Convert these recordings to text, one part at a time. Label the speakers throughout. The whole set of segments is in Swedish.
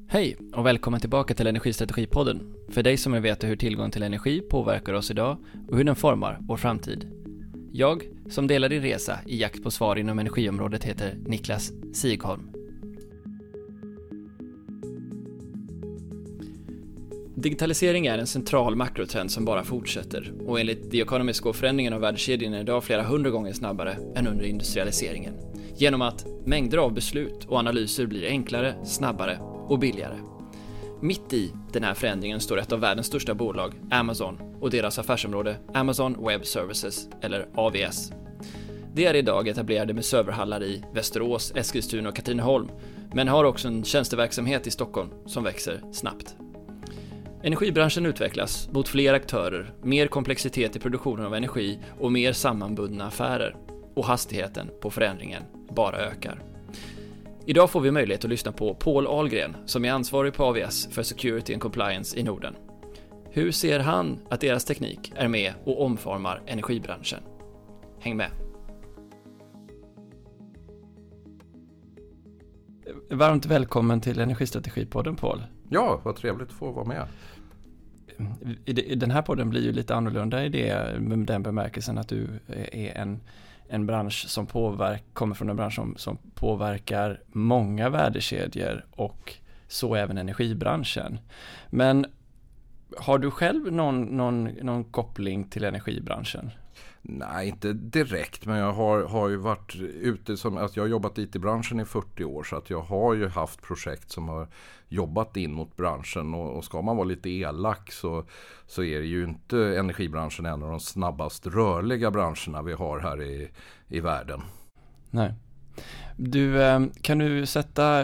Speaker 1: Hej och välkommen tillbaka till Energistrategipodden. För dig som vill veta hur tillgång till energi påverkar oss idag och hur den formar vår framtid. Jag, som delar din resa i jakt på svar inom energiområdet, heter Niklas Sigholm. Digitalisering är en central makrotrend som bara fortsätter, och enligt The Economist går förändringen av värdekedjan idag flera 100 gånger snabbare än under industrialiseringen. Genom att mängder av beslut och analyser blir enklare, snabbare och billigare. Mitt i den här förändringen står ett av världens största bolag, Amazon, och deras affärsområde Amazon Web Services, eller AWS. Det är idag etablerade med serverhallar i Västerås, Eskilstuna och Katrineholm, men har också en tjänsteverksamhet i Stockholm som växer snabbt. Energibranschen utvecklas mot fler aktörer, mer komplexitet i produktionen av energi och mer sammanbundna affärer. Och hastigheten på förändringen bara ökar. Idag får vi möjlighet att lyssna på Paul Ahlgren, som är ansvarig på AWS för Security and Compliance i Norden. Hur ser han att deras teknik är med och omformar energibranschen? Häng med! Varmt välkommen till Energistrategipodden, Paul.
Speaker 2: Ja, vad trevligt att få vara med.
Speaker 1: Den här podden blir ju lite annorlunda i den bemärkelsen att du är en bransch som kommer från en bransch som påverkar många värdekedjor och så även energibranschen. Men har du själv någon koppling till energibranschen?
Speaker 2: Nej, inte direkt, men jag har ju varit ute som att jag har jobbat i IT-branschen i 40 år, så att jag har ju haft projekt som har jobbat in mot branschen, och ska man vara lite elak så är det ju inte energibranschen en av de snabbast rörliga branscherna vi har här i världen.
Speaker 1: Nej. Kan du sätta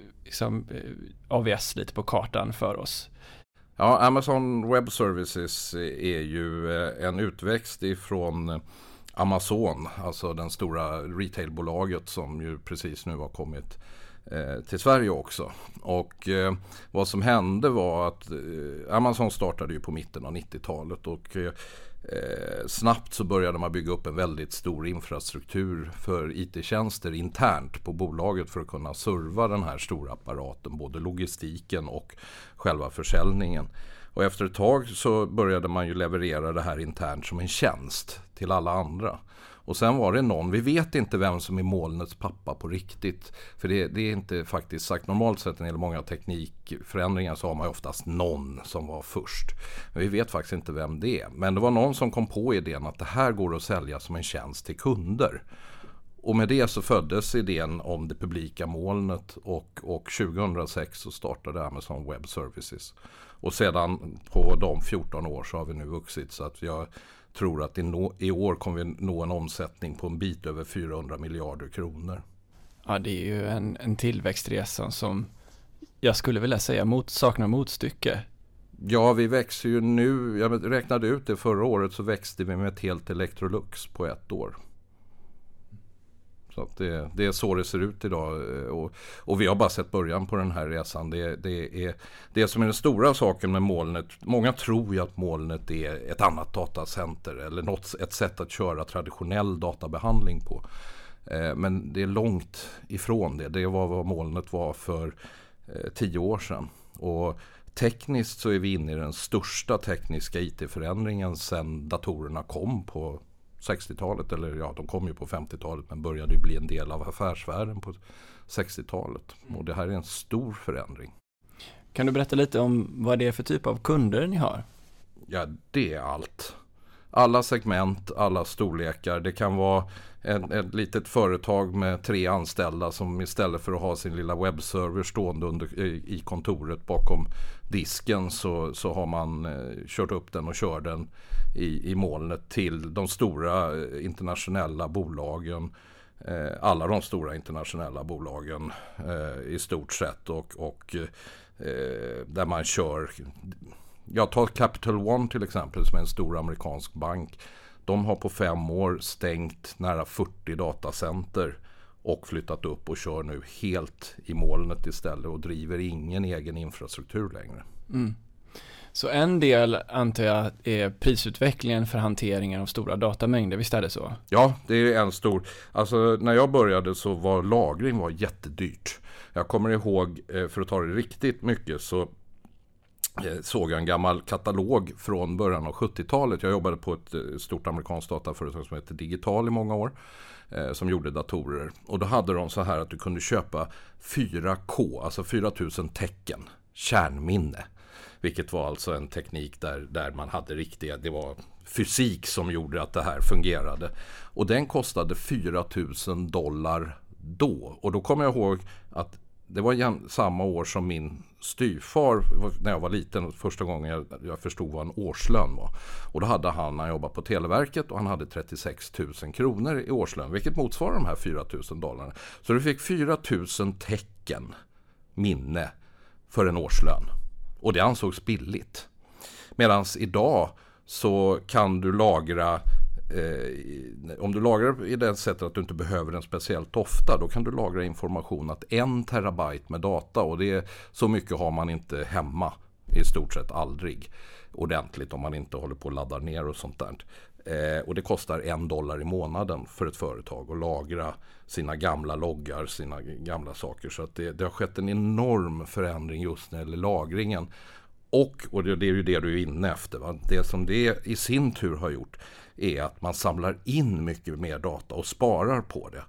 Speaker 1: AWS lite på kartan för oss?
Speaker 2: Ja, Amazon Web Services är ju en utväxt ifrån Amazon, alltså den stora retailbolaget som ju precis nu har kommit till Sverige också. Och vad som hände var att Amazon startade ju på mitten av 90-talet, och snabbt så började man bygga upp en väldigt stor infrastruktur för IT-tjänster internt på bolaget för att kunna serva den här stora apparaten, både logistiken och själva försäljningen. Och efter ett tag så började man ju leverera det här internt som en tjänst till alla andra. Och sen var det vi vet inte vem som är molnets pappa på riktigt. För det är inte faktiskt sagt, normalt sett när det gäller många teknikförändringar så har man ju oftast någon som var först. Men vi vet faktiskt inte vem det är. Men det var någon som kom på idén att det här går att sälja som en tjänst till kunder. Och med det så föddes idén om det publika molnet, och 2006 så startade Amazon Web Services. Och sedan på de 14 år så har vi nu vuxit, så att jag tror att i år kommer vi nå en omsättning på en bit över 400 miljarder kronor.
Speaker 1: Ja, det är ju en tillväxtresa som jag skulle vilja säga saknar motstycke.
Speaker 2: Ja, vi växer ju nu, jag räknade ut det förra året, så växte vi med ett helt Electrolux på ett år. Så att det är så det ser ut idag, och vi har bara sett början på den här resan. Det är det som är den stora saken med molnet. Många tror ju att molnet är ett annat datacenter eller ett sätt att köra traditionell databehandling på. Men det är långt ifrån det. Det var vad molnet var för 10 år sedan. Och tekniskt så är vi inne i den största tekniska IT-förändringen sedan datorerna kom på 60-talet, eller ja, de kom ju på 50-talet men började ju bli en del av affärsvärlden på 60-talet. Och det här är en stor förändring.
Speaker 1: Kan du berätta lite om vad det är för typ av kunder ni har?
Speaker 2: Ja, det är allt. Alla segment, alla storlekar. Det kan vara ett litet företag med 3 anställda som istället för att ha sin lilla webbserver stående i kontoret bakom disken så har man kört upp den och kör den i molnet till de stora internationella bolagen. Alla de stora internationella bolagen i stort sett, och där man kör. Jag tar Capital One till exempel, som är en stor amerikansk bank. De har på 5 år stängt nära 40 datacenter och flyttat upp och kör nu helt i molnet istället och driver ingen egen infrastruktur längre.
Speaker 1: Mm. Så en del antar jag är prisutvecklingen för hanteringen av stora datamängder, visst är det så?
Speaker 2: Ja, det är en stor. Alltså när jag började så var lagring jättedyrt. Jag kommer ihåg, för att ta det riktigt mycket, så såg jag en gammal katalog från början av 70-talet. Jag jobbade på ett stort amerikanskt dataföretag som heter Digital i många år, som gjorde datorer. Och då hade de så här att du kunde köpa 4K, alltså 4000 tecken kärnminne. Vilket var alltså en teknik där man hade det var fysik som gjorde att det här fungerade. Och den kostade $4,000 då. Och då kommer jag ihåg att det var samma år som min styvfar, när jag var liten, första gången jag förstod vad en årslön var. Och då hade han jobbat på Televerket och han hade 36 000 kronor i årslön, vilket motsvarar de här $4,000. Så du fick 4,000 tecken minne för en årslön. Och det ansågs billigt. Medan idag så kan du lagra, om du lagrar i det sättet att du inte behöver den speciellt ofta, då kan du lagra information att 1 terabyte med data, och så mycket har man inte hemma i stort sett aldrig ordentligt om man inte håller på att ladda ner och sånt där. Och det kostar $1 i månaden för ett företag att lagra sina gamla loggar, sina gamla saker. Så att det har skett en enorm förändring just när det gäller lagringen. Och det är ju det du är inne efter. Va? Det som det i sin tur har gjort är att man samlar in mycket mer data och sparar på det.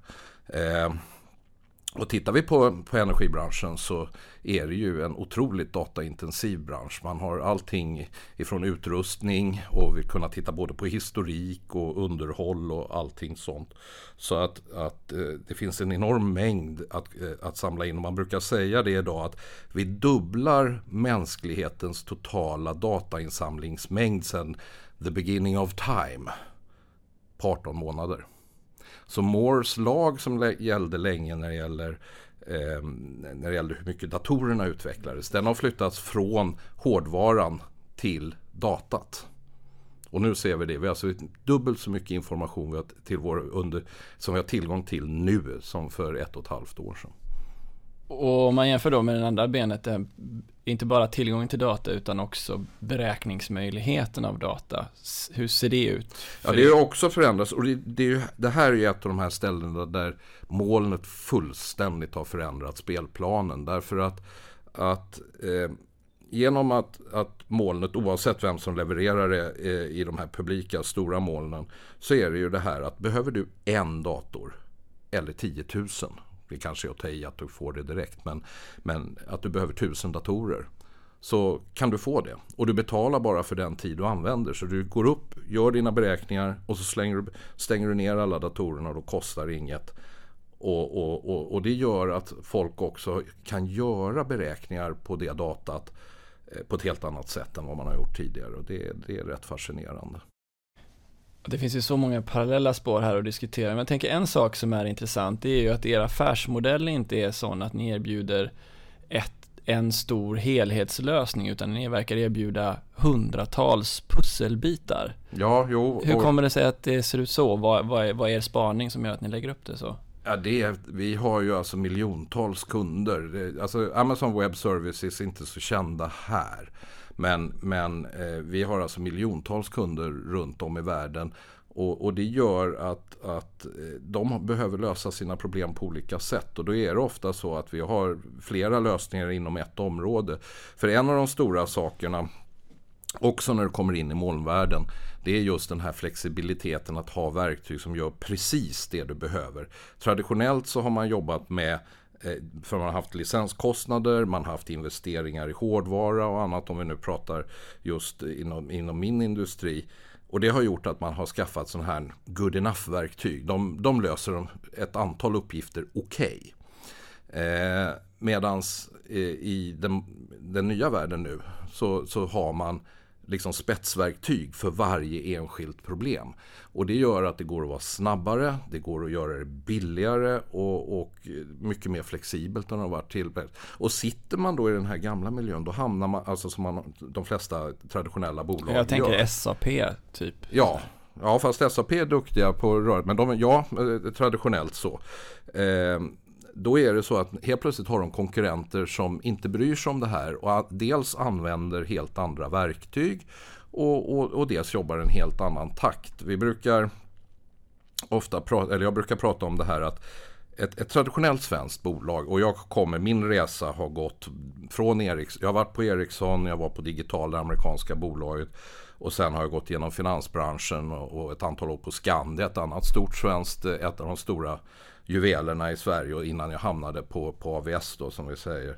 Speaker 2: Och tittar vi på energibranschen så är det ju en otroligt dataintensiv bransch. Man har allting ifrån utrustning och vi kan titta både på historik och underhåll och allting sånt. Så att det finns en enorm mängd att samla in. Och man brukar säga det idag att vi dubblar mänsklighetens totala datainsamlingsmängd sedan the beginning of time på 18 månader. Så Moores lag som gällde länge när det gällde hur mycket datorerna utvecklades, den har flyttats från hårdvaran till datat. Och nu ser vi det. Vi har alltså dubbelt så mycket information som vi har tillgång till nu som för 1,5 år sedan.
Speaker 1: Och om man jämför då med det andra benet, inte bara tillgång till data utan också beräkningsmöjligheten av data. Hur ser det ut?
Speaker 2: Ja, det är också förändrats, och det här är ju ett av de här ställena där molnet fullständigt har förändrat spelplanen. Därför att genom att molnet, oavsett vem som levererar det i de här publika stora molnen, så är det ju det här att behöver du en dator eller 10 000, det kanske är att ta i att du får det direkt, men att du behöver 1000 datorer, så kan du få det. Och du betalar bara för den tid du använder. Så du går upp, gör dina beräkningar och så stänger du ner alla datorerna och då kostar det inget. Och det gör att folk också kan göra beräkningar på det datat på ett helt annat sätt än vad man har gjort tidigare. Och det är rätt fascinerande.
Speaker 1: Det finns ju så många parallella spår här att diskutera. Men jag tänker en sak som är intressant, det är ju att er affärsmodell inte är sån att ni erbjuder en stor helhetslösning, utan ni verkar erbjuda hundratals pusselbitar.
Speaker 2: Ja, jo.
Speaker 1: Hur kommer det sig att det ser ut så? Vad är er spaning som gör att ni lägger upp det så?
Speaker 2: Ja, vi har ju alltså miljontals kunder. Alltså Amazon Web Services är inte så kända här. Men vi har alltså miljontals kunder runt om i världen. Och det gör att de behöver lösa sina problem på olika sätt. Och då är det ofta så att vi har flera lösningar inom ett område. För en av de stora sakerna, också när det kommer in i molnvärlden, det är just den här flexibiliteten att ha verktyg som gör precis det du behöver. Traditionellt så har man jobbat med, för man har haft licenskostnader, man har haft investeringar i hårdvara och annat, om vi nu pratar just inom min industri. Och det har gjort att man har skaffat sån här good enough-verktyg. De löser ett antal uppgifter okej. Medans i den nya världen nu så har man liksom spetsverktyg för varje enskilt problem. Och det gör att det går att vara snabbare, det går att göra det billigare och mycket mer flexibelt än det har varit tidigare. Och sitter man då i den här gamla miljön, då hamnar man, alltså som de flesta traditionella bolag gör.
Speaker 1: Jag tänker SAP typ.
Speaker 2: Ja, fast SAP är duktiga på rörelse, men traditionellt så. då är det så att helt plötsligt har de konkurrenter som inte bryr sig om det här och dels använder helt andra verktyg och dels jobbar en helt annan takt. Vi brukar jag brukar prata om det här att ett traditionellt svenskt bolag, och min resa har gått från Ericsson, jag har varit på Ericsson, jag var på Digital, det amerikanska bolaget, och sen har jag gått igenom finansbranschen och ett antal år på Skandia, ett annat stort svenskt, ett av de stora juvelerna i Sverige, och innan jag hamnade på AVS då, som vi säger.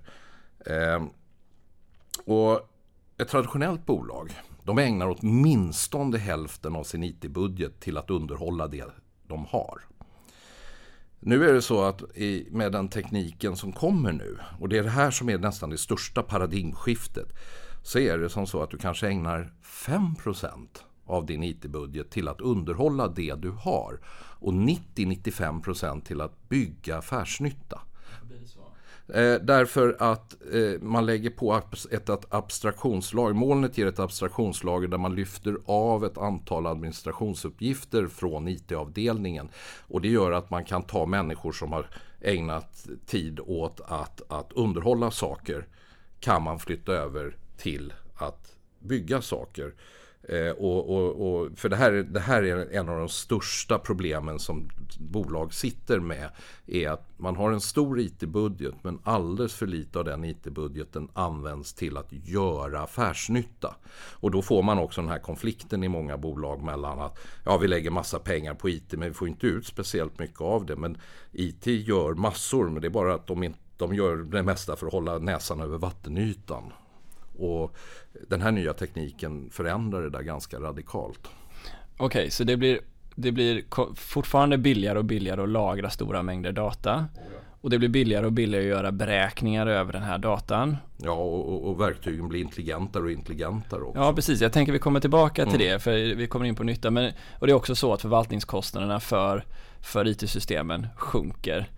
Speaker 2: Och ett traditionellt bolag, de ägnar åtminstone hälften av sin IT-budget till att underhålla det de har. Nu är det så att med den tekniken som kommer nu, och det är det här som är nästan det största paradigmskiftet, så är det som så att du kanske ägnar 5% av din IT-budget till att underhålla det du har och 90-95% till att bygga affärsnytta. Därför att man lägger på ett abstraktionslager. Molnet ger ett abstraktionslager där man lyfter av ett antal administrationsuppgifter från IT-avdelningen. Och det gör att man kan ta människor som har ägnat tid åt att underhålla saker, kan man flytta över till att bygga saker. För det här är en av de största problemen som bolag sitter med, är att man har en stor IT-budget, men alldeles för lite av den IT-budgeten används till att göra affärsnytta. Och då får man också den här konflikten i många bolag mellan att vi lägger massa pengar på IT, men vi får inte ut speciellt mycket av det. Men IT gör massor, men det är bara att de gör det mesta för att hålla näsan över vattenytan. Och den här nya tekniken förändrar det där ganska radikalt.
Speaker 1: Okej, så det blir fortfarande billigare och billigare att lagra stora mängder data. Och det blir billigare och billigare att göra beräkningar över den här datan.
Speaker 2: Ja, och verktygen blir intelligentare och intelligentare också.
Speaker 1: Ja, precis. Jag tänker vi kommer tillbaka till det, för vi kommer in på nytta. Och det är också så att förvaltningskostnaderna för IT-systemen sjunker.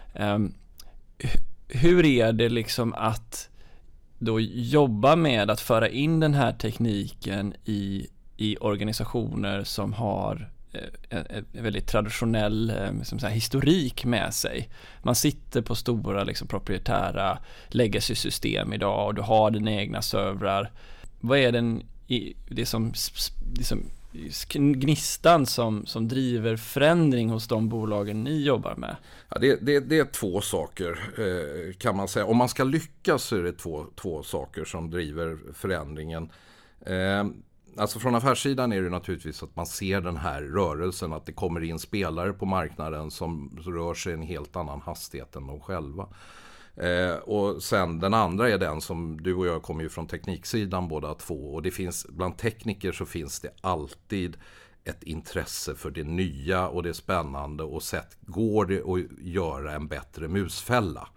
Speaker 1: Hur är det liksom att då jobba med att föra in den här tekniken i organisationer som har en väldigt traditionell historik med sig? Man sitter på stora proprietära legacy-system idag, och du har dina egna servrar. Vad är gnistan som driver förändring hos de bolagen ni jobbar med?
Speaker 2: Ja, det är två saker kan man säga. Om man ska lyckas så är det två saker som driver förändringen. Alltså från affärssidan är det naturligtvis att man ser den här rörelsen, att det kommer in spelare på marknaden som rör sig i en helt annan hastighet än de själva. Och sen den andra är den som du och jag kommer ju från tekniksidan båda två, och det finns bland tekniker så finns det alltid ett intresse för det nya och det spännande, och går det att göra en bättre musfälla.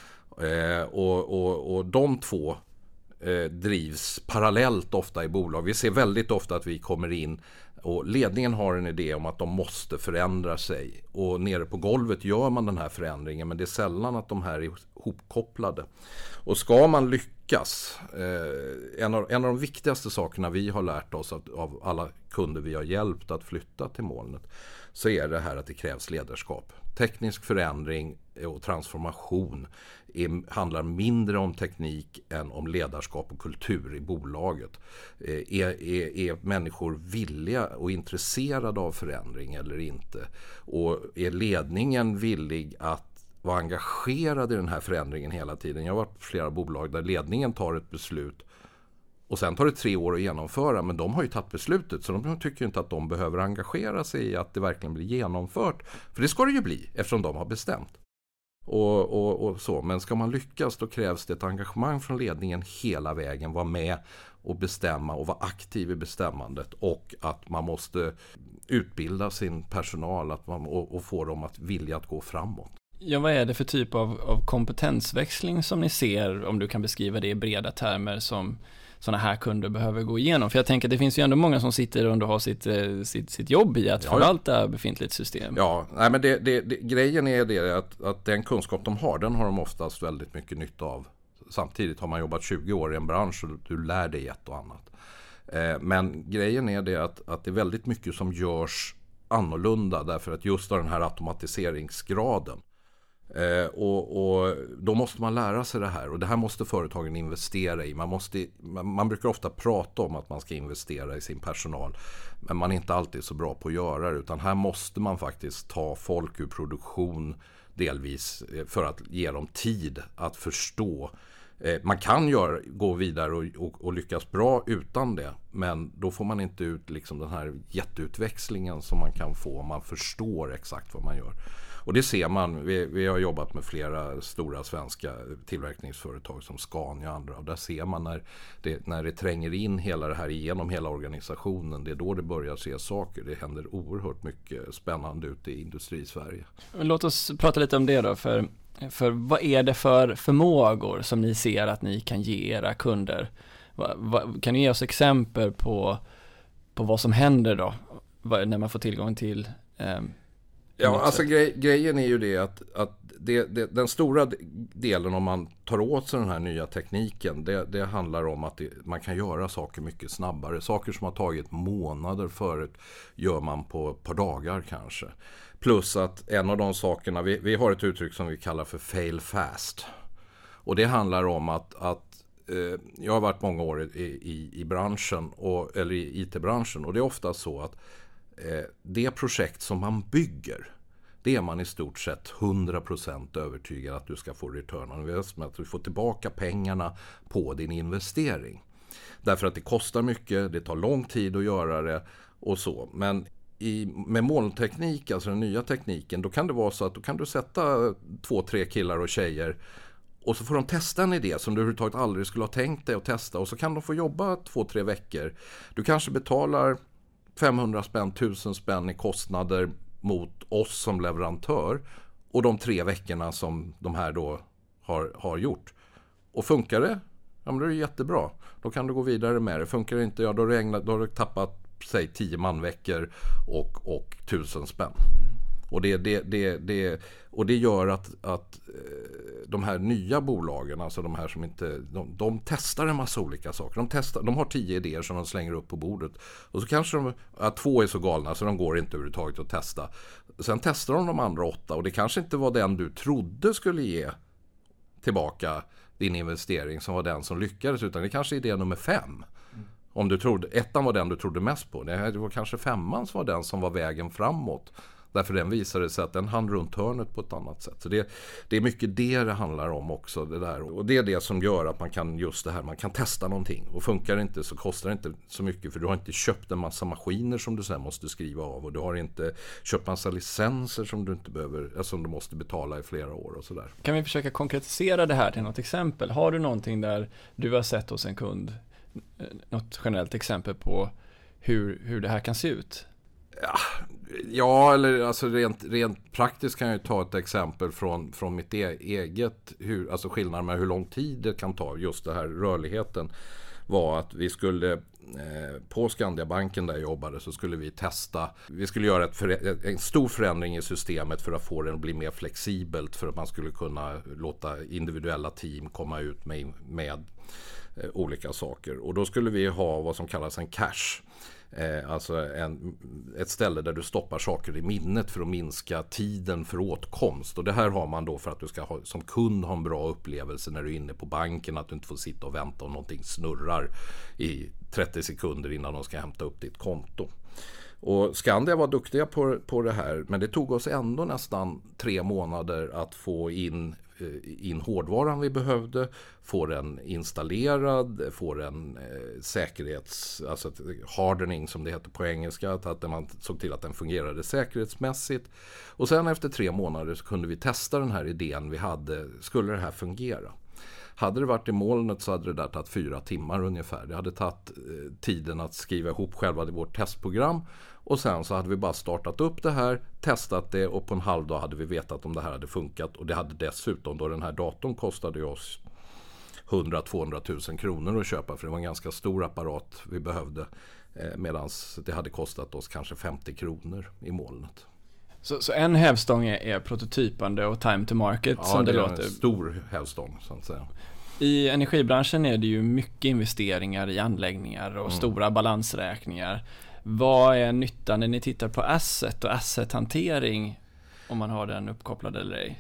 Speaker 2: Och de två drivs parallellt ofta i bolag. Vi ser väldigt ofta att vi kommer in och ledningen har en idé om att de måste förändra sig, och nere på golvet gör man den här förändringen, men det är sällan att de här är hopkopplade. Och ska man lyckas, en av de viktigaste sakerna vi har lärt oss av alla kunder vi har hjälpt att flytta till molnet, så är det här att det krävs ledarskap. Teknisk förändring och transformation handlar mindre om teknik än om ledarskap och kultur i bolaget. Är människor villiga och intresserade av förändring eller inte? Och är ledningen villig att vara engagerad i den här förändringen hela tiden? Jag har varit på flera bolag där ledningen tar ett beslut och sen tar det 3 år att genomföra, men de har ju tagit beslutet, så de tycker inte att de behöver engagera sig i att det verkligen blir genomfört. För det ska det ju bli, eftersom de har bestämt. Och så. Men ska man lyckas, då krävs det ett engagemang från ledningen hela vägen, vara med och bestämma och vara aktiv i bestämmandet, och att man måste utbilda sin personal och få dem att vilja att gå framåt.
Speaker 1: Ja, vad är det för typ av kompetensväxling som ni ser, om du kan beskriva det i breda termer, som sådana här kunder behöver gå igenom? För jag tänker att det finns ju ändå många som sitter och har sitt jobb i att förvalta befintligt system. Ja,
Speaker 2: nej, men grejen är det att den kunskap de har, den har de oftast väldigt mycket nytta av. Samtidigt har man jobbat 20 år i en bransch och du lär dig ett och annat. Men grejen är det att det är väldigt mycket som görs annorlunda, därför att just av den här automatiseringsgraden. Och då måste man lära sig det här, och det här måste företagen investera i. Man brukar ofta prata om att man ska investera i sin personal, men man är inte alltid så bra på att göra det, utan här måste man faktiskt ta folk ur produktion delvis för att ge dem tid att förstå. Man kan gå vidare och lyckas bra utan det, men då får man inte ut liksom den här jätteutväxlingen som man kan få om man förstår exakt vad man gör. Och det ser man, vi har jobbat med flera stora svenska tillverkningsföretag som Scania och andra, och där ser man när det tränger in hela det här igenom hela organisationen, det är då det börjar se saker. Det händer oerhört mycket spännande ute i Industri-Sverige.
Speaker 1: Låt oss prata lite om det då, för vad är det för förmågor som ni ser att ni kan ge era kunder? Kan ni ge oss exempel på vad som händer då när man får tillgång till
Speaker 2: ja, alltså grejen är ju det att den stora delen om man tar åt sig den här nya tekniken, det handlar om att man kan göra saker mycket snabbare. Saker som har tagit månader förut gör man på ett par dagar kanske. Plus att en av de sakerna, vi har ett uttryck som vi kallar för fail fast. Och det handlar om att jag har varit många år i branschen, eller i IT-branschen, och det är ofta så att det projekt som man bygger, det är man i stort sett 100% övertygad att du ska få return on investment, att du får tillbaka pengarna på din investering. Därför att det kostar mycket, det tar lång tid att göra det och så. Men med molnteknik, alltså den nya tekniken, då kan det vara så att då kan du sätta 2-3 killar och tjejer och så får de testa en idé som du överhuvudtaget aldrig skulle ha tänkt dig att testa, och så kan de få jobba 2-3 veckor. Du kanske betalar 500 spänn, 1000 spänn i kostnader mot oss som leverantör, och de 3 veckorna som de här då har gjort. Och funkar det? Ja, men det är jättebra. Då kan du gå vidare med det. Funkar det inte, ja då har du tappat säg 10 manveckor och 1000 spänn. Och det gör att de här nya bolagen, alltså de här som inte, de testar en massa olika saker. De har 10 idéer som de slänger upp på bordet. Och så kanske 2 är så galna så de går inte överhuvudtaget att testa. Sen testar de andra 8, och det kanske inte var den du trodde skulle ge tillbaka din investering som var den som lyckades, utan det kanske är idé nummer 5. Om du trodde, 1 var den du trodde mest på. Det var kanske 5 som var den som var vägen framåt. Därför den visade sig att den hann runt hörnet på ett annat sätt. Så det är mycket det handlar om också. Det där. Och det är det som gör att man kan just det här, man kan testa någonting. Och funkar det inte så kostar det inte så mycket, för du har inte köpt en massa maskiner som du sen måste skriva av. Och du har inte köpt massa licenser som du inte behöver, som du måste betala i flera år och sådär. Kan
Speaker 1: vi försöka konkretisera det här till något exempel? Har du någonting där du har sett hos en kund, något generellt exempel på hur det här kan se ut?
Speaker 2: Ja, eller alltså rent praktiskt kan jag ju ta ett exempel från mitt eget, alltså skillnaden med hur lång tid det kan ta, just det här rörligheten, var att vi skulle på Skandiabanken där jag jobbade, så skulle vi testa, vi skulle göra en stor förändring i systemet för att få den att bli mer flexibelt, för att man skulle kunna låta individuella team komma ut med olika saker. Och då skulle vi ha vad som kallas en cache. Alltså ett ställe där du stoppar saker i minnet för att minska tiden för åtkomst. Och det här har man då för att du ska som kund ha en bra upplevelse när du är inne på banken, att du inte får sitta och vänta om någonting snurrar i 30 sekunder innan de ska hämta upp ditt konto. Och Skandia var duktiga på det här, men det tog oss ändå nästan 3 månader att få in hårdvaran vi behövde, få den installerad, få den alltså hardening som det heter på engelska, att man såg till att den fungerade säkerhetsmässigt. Och sen efter 3 månader så kunde vi testa den här idén vi hade, skulle det här fungera? Hade det varit i molnet så hade det där tagit 4 timmar ungefär. Det hade tagit tiden att skriva ihop själva vårt testprogram. Och sen så hade vi bara startat upp det här, testat det, och på en halv dag hade vi vetat om det här hade funkat. Och det hade dessutom, då den här datorn kostade oss 100-200 000 kronor att köpa, för det var en ganska stor apparat vi behövde. Medan det hade kostat oss kanske 50 kronor i molnet.
Speaker 1: Så en hävstång är prototypande och time to market, som det låter. Ja, det är en
Speaker 2: stor hävstång så att säga.
Speaker 1: I energibranschen är det ju mycket investeringar i anläggningar och stora balansräkningar. Vad är nyttan när ni tittar på asset och asset-hantering, om man har den uppkopplad eller ej?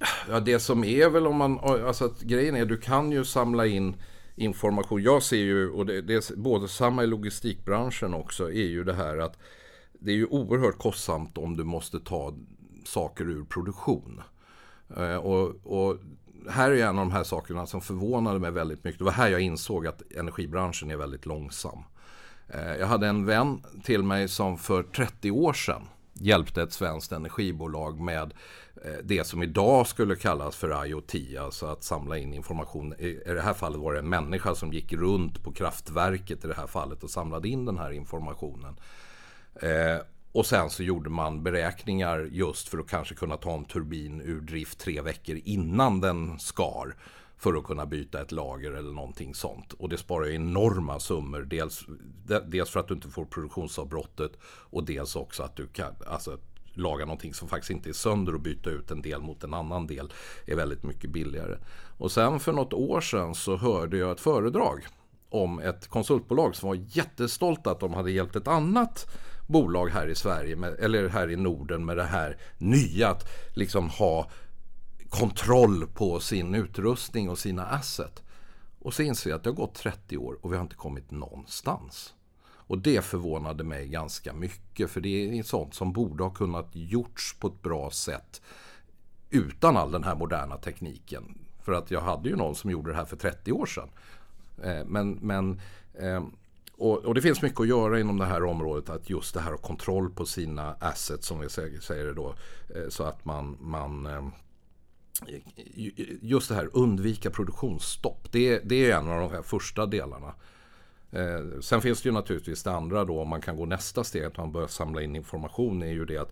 Speaker 2: Ja, det som är väl om man, alltså att grejen är, du kan ju samla in information. Jag ser ju, och det är både samma i logistikbranschen också, är ju det här att det är ju oerhört kostsamt om du måste ta saker ur produktion. Och här är en av de här sakerna som förvånade mig väldigt mycket. Det var här jag insåg att energibranschen är väldigt långsam. Jag hade en vän till mig som för 30 år sedan hjälpte ett svenskt energibolag med det som idag skulle kallas för IoT, alltså att samla in information. I det här fallet var det en människa som gick runt på kraftverket i det här fallet och samlade in den här informationen. Och sen så gjorde man beräkningar just för att kanske kunna ta en turbin ur drift 3 veckor innan den skar, för att kunna byta ett lager eller någonting sånt. Och det sparar enorma summor. Dels för att du inte får produktionsavbrottet, och dels också att du kan laga någonting som faktiskt inte är sönder och byta ut en del mot en annan del är väldigt mycket billigare. Och sen för något år sedan så hörde jag ett föredrag om ett konsultbolag som var jättestolt att de hade hjälpt ett annat bolag här i Sverige eller här i Norden med det här nya, att liksom ha kontroll på sin utrustning och sina asset. Och så inser jag att det har gått 30 år och vi har inte kommit någonstans. Och det förvånade mig ganska mycket, för det är sånt som borde ha kunnat gjorts på ett bra sätt utan all den här moderna tekniken. För att jag hade ju någon som gjorde det här för 30 år sedan. Och det finns mycket att göra inom det här området, att just det här att kontroll på sina assets, som vi säger det då, så att man just det här undvika produktionsstopp. Det är en av de här första delarna. Sen finns det ju naturligtvis det andra då, om man kan gå nästa steg, att man börjar samla in information, är ju det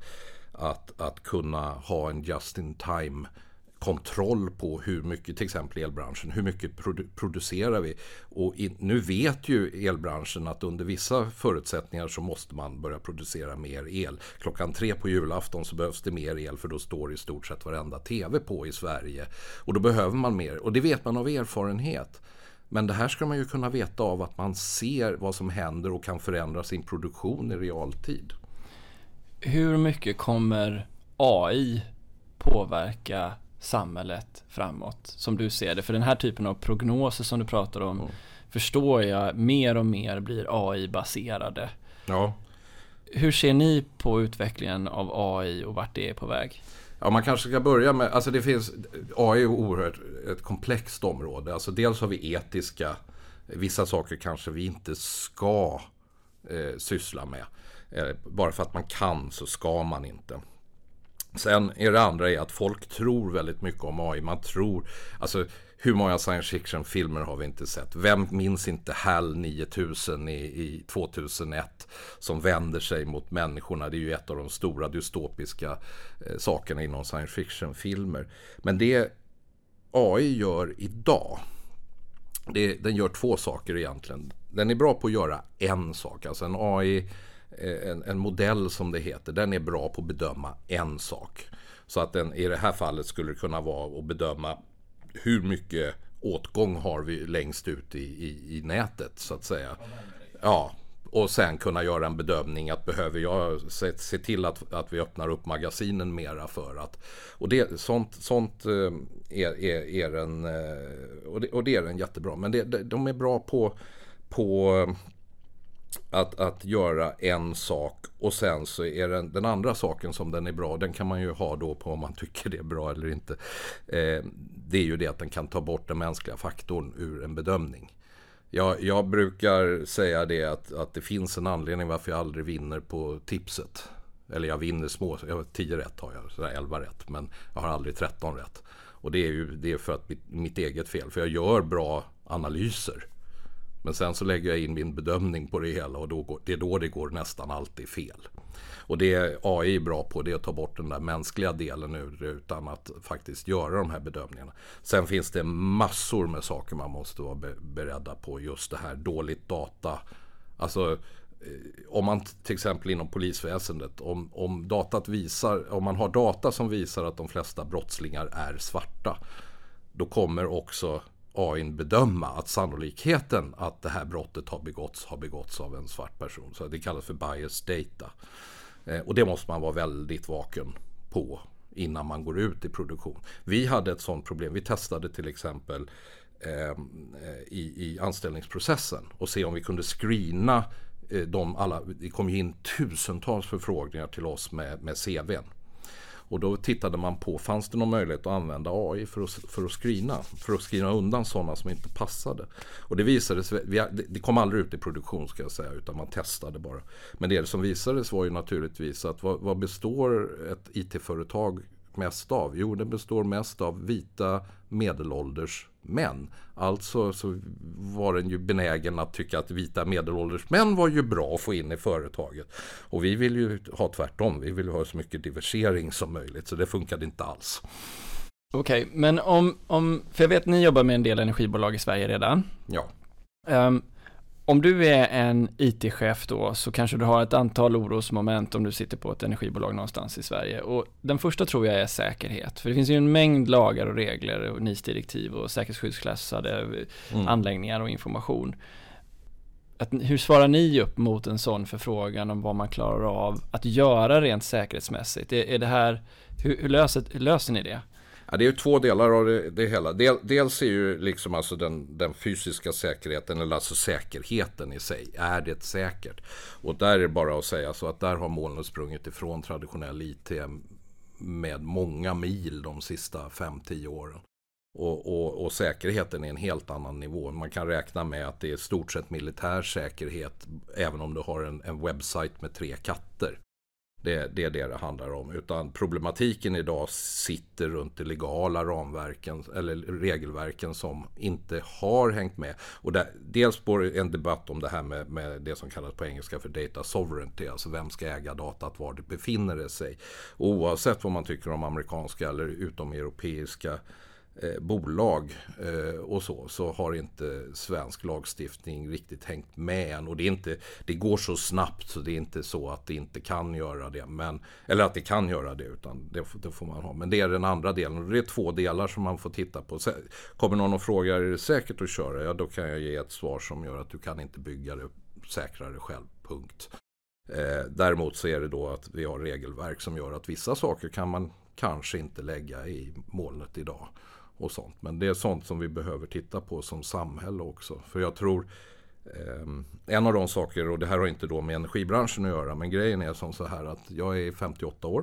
Speaker 2: att kunna ha en just-in-time kontroll på hur mycket, till exempel elbranschen, hur mycket producerar vi. Och nu vet ju elbranschen att under vissa förutsättningar så måste man börja producera mer el. 3 på julafton så behövs det mer el, för då står i stort sett varenda tv på i Sverige. Och då behöver man mer, och det vet man av erfarenhet. Men det här ska man ju kunna veta av att man ser vad som händer och kan förändra sin produktion i realtid.
Speaker 1: Hur mycket kommer AI påverka samhället framåt, som du ser det? För den här typen av prognoser som du pratar om, förstår jag, mer och mer blir AI-baserade.
Speaker 2: Ja.
Speaker 1: Hur ser ni på utvecklingen av AI och vart det är på väg?
Speaker 2: Ja, man kanske ska börja med, alltså det finns, AI är oerhört ett komplext område. Alltså dels har vi etiska, vissa saker kanske vi inte ska syssla med. Bara för att man kan så ska man inte. Sen är det andra är att folk tror väldigt mycket om AI. Man tror, alltså hur många science fiction-filmer har vi inte sett? Vem minns inte HAL 9000 i 2001 som vänder sig mot människorna? Det är ju ett av de stora dystopiska sakerna inom science fiction-filmer. Men det AI gör idag, den gör 2 saker egentligen. Den är bra på att göra en sak, alltså en AI, en modell som det heter, den är bra på att bedöma en sak. Så att den i det här fallet skulle kunna vara att bedöma hur mycket åtgång har vi längst ut i nätet, så att säga. Ja, och sen kunna göra en bedömning att behöver jag se till att vi öppnar upp magasinen mera för att, och det sånt är den, och det är den jättebra, men de är bra på att göra en sak, och sen så är den andra saken som den är bra, den kan man ju ha då på om man tycker det är bra eller inte. Det är ju det att den kan ta bort den mänskliga faktorn ur en bedömning. Jag brukar säga det att det finns en anledning varför jag aldrig vinner på tipset. Eller jag vinner jag har 10 rätt har jag, sådär 11 rätt, men jag har aldrig 13 rätt. Och det är för att mitt eget fel, för jag gör bra analyser. Men sen så lägger jag in min bedömning på det hela, och det är då det går nästan alltid fel. Och det AI är bra på, det är att ta bort den där mänskliga delen ur, utan att faktiskt göra de här bedömningarna. Sen finns det massor med saker man måste vara beredda på, just det här dåligt data. Alltså om man till exempel inom polisväsendet, om man har data som visar att de flesta brottslingar är svarta, då kommer också AI bedöma att sannolikheten att det här brottet har begåtts av en svart person. Så det kallas för bias data. Och det måste man vara väldigt vaken på innan man går ut i produktion. Vi hade ett sådant problem. Vi testade till exempel i anställningsprocessen och se om vi kunde screena det kom ju in tusentals förfrågningar till oss med CV:n. Och då tittade man på, fanns det någon möjlighet att använda AI för att screena undan sådana som inte passade. Och det visade sig, det kom aldrig ut i produktion ska jag säga, utan man testade bara. Men det som visades var ju naturligtvis att vad består ett IT-företag mest av? Jo, det består mest av vita medelålders män. Alltså så var den ju benägen att tycka att vita medelålders män var ju bra att få in i företaget. Och vi vill ju ha tvärtom. Vi vill ha så mycket diversiering som möjligt. Så det funkade inte alls.
Speaker 1: Okej, men för jag vet att ni jobbar med en del energibolag i Sverige redan.
Speaker 2: Ja.
Speaker 1: Om du är en IT-chef då så kanske du har ett antal orosmoment om du sitter på ett energibolag någonstans i Sverige. Och den första tror jag är säkerhet. För det finns ju en mängd lagar och regler och NIS-direktiv och säkerhetsskyddsklassade anläggningar och information. Hur svarar ni upp mot en sån förfrågan om vad man klarar av att göra rent säkerhetsmässigt? Är det här, hur löser ni det?
Speaker 2: Ja, det är ju två delar av det hela. Dels är ju liksom alltså den fysiska säkerheten, eller alltså säkerheten i sig. Är det säkert? Och där är det bara att säga så att där har molnet sprungit ifrån traditionell IT med många mil de sista 5-10 åren. Och säkerheten är en helt annan nivå. Man kan räkna med att det är stort sett militär säkerhet även om du har en webbsite med 3 katter. Det är det handlar om. Utan problematiken idag sitter runt de legala ramverken eller regelverken som inte har hängt med. Och dels på en debatt om det här med det som kallas på engelska för data sovereignty. Alltså vem ska äga datat, var det befinner sig. Och oavsett vad man tycker om amerikanska eller utomeuropeiska bolag och så har inte svensk lagstiftning riktigt hängt med än. Och det går så snabbt så det är inte så att det inte kan göra det, eller att det kan göra det, utan det får man ha. Men det är den andra delen, och det är 2 delar som man får titta på. Kommer någon och frågar, är det säkert att köra? Ja, då kan jag ge ett svar som gör att du kan inte bygga det säkrare själv, punkt. Däremot så är det då att vi har regelverk som gör att vissa saker kan man kanske inte lägga i molnet idag och sånt. Men det är sånt som vi behöver titta på som samhälle också. För jag tror en av de saker, och det här har inte då med energibranschen att göra, men grejen är som så här att jag är 58 år.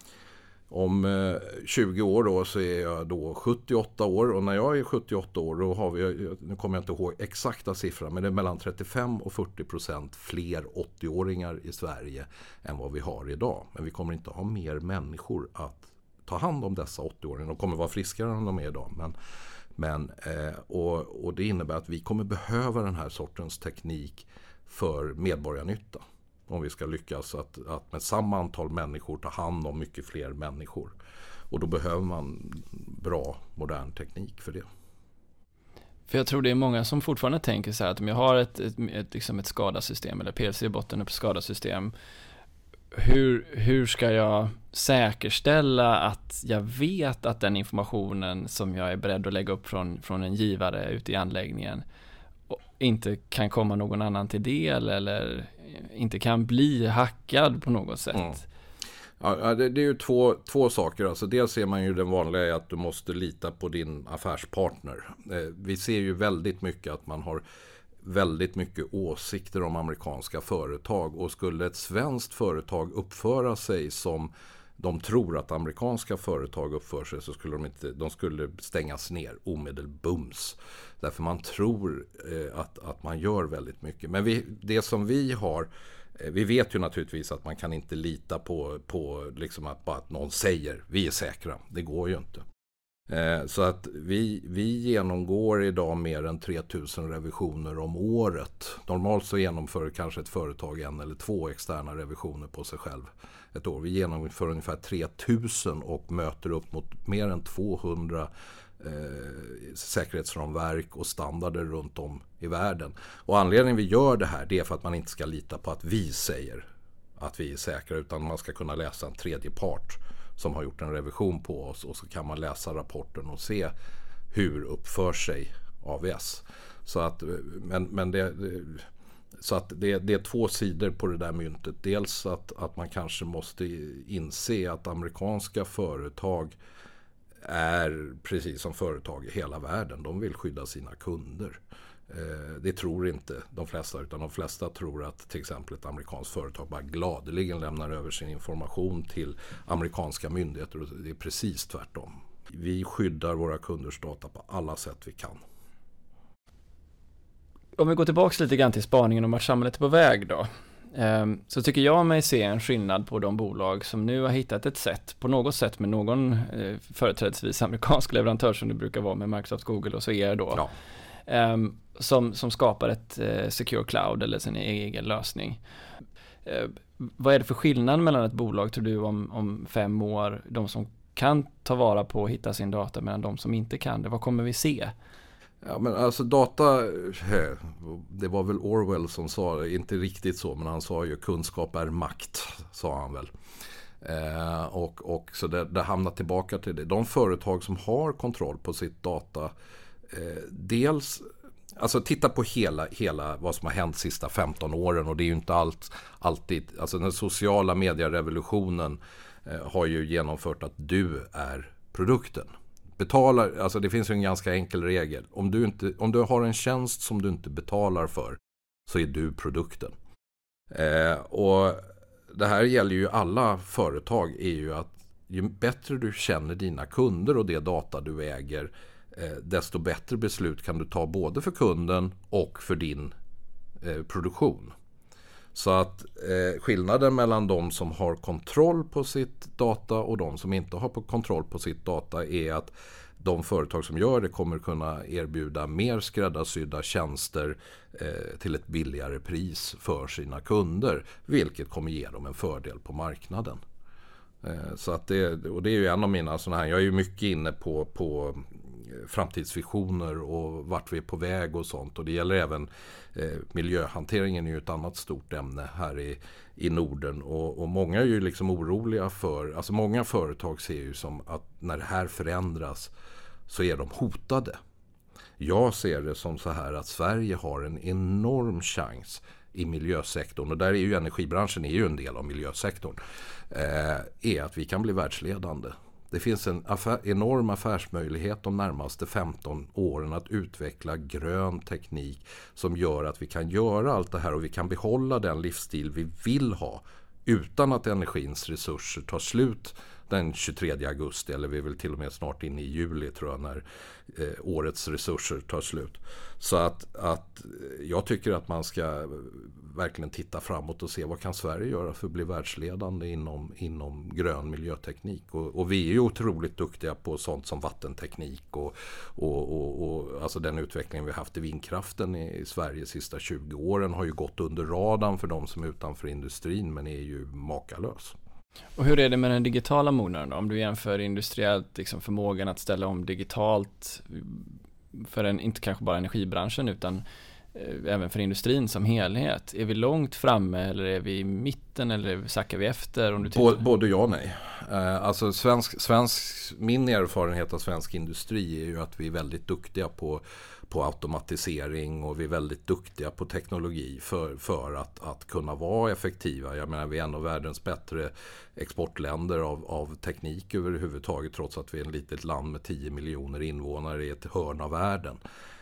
Speaker 2: Om 20 år då så är jag då 78 år, och när jag är 78 år då har vi, nu kommer jag inte ihåg exakta siffror, men det är mellan 35-40% fler 80-åringar i Sverige än vad vi har idag. Men vi kommer inte ha mer människor att ta hand om dessa 80-åringar. De kommer vara friskare än de är idag. Och det innebär att vi kommer behöva den här sortens teknik för medborgarnytta. Om vi ska lyckas att med samma antal människor ta hand om mycket fler människor. Och då behöver man bra, modern teknik för det.
Speaker 1: För jag tror det är många som fortfarande tänker så här att om jag har ett skadasystem eller PLC i botten upp skadasystem, hur ska jag säkerställa att jag vet att den informationen som jag är beredd att lägga upp från en givare ute i anläggningen inte kan komma någon annan till del eller inte kan bli hackad på något sätt?
Speaker 2: Mm. Ja, det är ju två saker. Alltså dels ser man ju den vanliga att du måste lita på din affärspartner. Vi ser ju väldigt mycket att man har väldigt mycket åsikter om amerikanska företag, och skulle ett svenskt företag uppföra sig som de tror att amerikanska företag uppför sig, så skulle de skulle stängas ner omedelbums. Därför man tror att man gör väldigt mycket. Men det som vi har, vi vet ju naturligtvis att man kan inte lita på liksom att någon säger vi är säkra. Det går ju inte. Så att vi genomgår idag mer än 3000 revisioner om året. Normalt så genomför kanske ett företag 1 eller 2 externa revisioner på sig själv ett år. Vi genomför ungefär 3000 och möter upp mot mer än 200 säkerhetsramverk och standarder runt om i världen. Och anledningen vi gör det här, det är för att man inte ska lita på att vi säger att vi är säkra, utan man ska kunna läsa en tredje part som har gjort en revision på oss, och så kan man läsa rapporten och se hur uppför sig AVS. Så att, men Så att det är två sidor på det där myntet. Dels att man kanske måste inse att amerikanska företag är precis som företag i hela världen. De vill skydda sina kunder. Det tror inte de flesta, utan de flesta tror att till exempel ett amerikanskt företag bara gladeligen lämnar över sin information till amerikanska myndigheter, och det är precis tvärtom. Vi skyddar våra kunders data på alla sätt vi kan.
Speaker 1: Om vi går tillbaka lite grann till spaningen om vart samhället är på väg då, så tycker jag mig se en skillnad på de bolag som nu har hittat ett sätt, på något sätt med någon företrädesvis amerikansk leverantör som det brukar vara med Microsoft, Google och så er då.
Speaker 2: Ja.
Speaker 1: Som skapar ett secure cloud eller sin egen lösning. Vad är det för skillnad mellan ett bolag, tror du, om 5 år, de som kan ta vara på och hitta sin data, medan de som inte kan det? Vad kommer vi se?
Speaker 2: Ja, men alltså data, det var väl Orwell som sa, inte riktigt så, men han sa ju kunskap är makt, sa han väl. Och så det hamnar tillbaka till det. De företag som har kontroll på sitt data, dels, alltså titta på hela vad som har hänt de sista 15 åren, och det är ju inte alltid, alltså den sociala medierevolutionen har ju genomfört att du är produkten. Betalar, alltså det finns ju en ganska enkel regel. Om du har en tjänst som du inte betalar för, så är du produkten. Och det här gäller ju alla företag, är ju att ju bättre du känner dina kunder och det data du äger, desto bättre beslut kan du ta både för kunden och för din produktion. Så att skillnaden mellan de som har kontroll på sitt data och de som inte har kontroll på sitt data är att de företag som gör det kommer kunna erbjuda mer skräddarsydda tjänster till ett billigare pris för sina kunder, vilket kommer ge dem en fördel på marknaden. Så att det är ju en av mina sådana här, jag är ju mycket inne på framtidsvisioner och vart vi är på väg och sånt, och det gäller även miljöhanteringen är ju ett annat stort ämne här i Norden, och många är ju liksom oroliga för, alltså många företag ser ju som att när det här förändras så är de hotade. Jag ser det som så här att Sverige har en enorm chans i miljösektorn, och där är ju energibranschen är ju en del av miljösektorn, är att vi kan bli världsledande. Det finns en enorm affärsmöjlighet de närmaste 15 åren att utveckla grön teknik som gör att vi kan göra allt det här och vi kan behålla den livsstil vi vill ha utan att energins resurser tar slut den 23 augusti, eller vi är väl till och med snart inne i juli tror jag, när årets resurser tar slut. Så att jag tycker att man ska verkligen titta framåt och se vad kan Sverige göra för att bli världsledande inom grön miljöteknik. Och vi är ju otroligt duktiga på sånt som vattenteknik och alltså den utvecklingen vi haft i vindkraften i Sverige de sista 20 åren har ju gått under radarn för de som är utanför industrin, men är ju makalös.
Speaker 1: Och hur är det med den digitala mognaden då? Om du jämför industriellt, liksom förmågan att ställa om digitalt för inte kanske bara energibranschen utan även för industrin som helhet. Är vi långt framme eller är vi i mitten eller sackar vi efter? Om du
Speaker 2: Både ja och nej. Alltså min erfarenhet av svensk industri är ju att vi är väldigt duktiga på automatisering, och vi är väldigt duktiga på teknologi för att kunna vara effektiva. Jag menar, vi är en av världens bättre exportländer av teknik överhuvudtaget, trots att vi är ett litet land med 10 miljoner invånare i ett hörn av världen.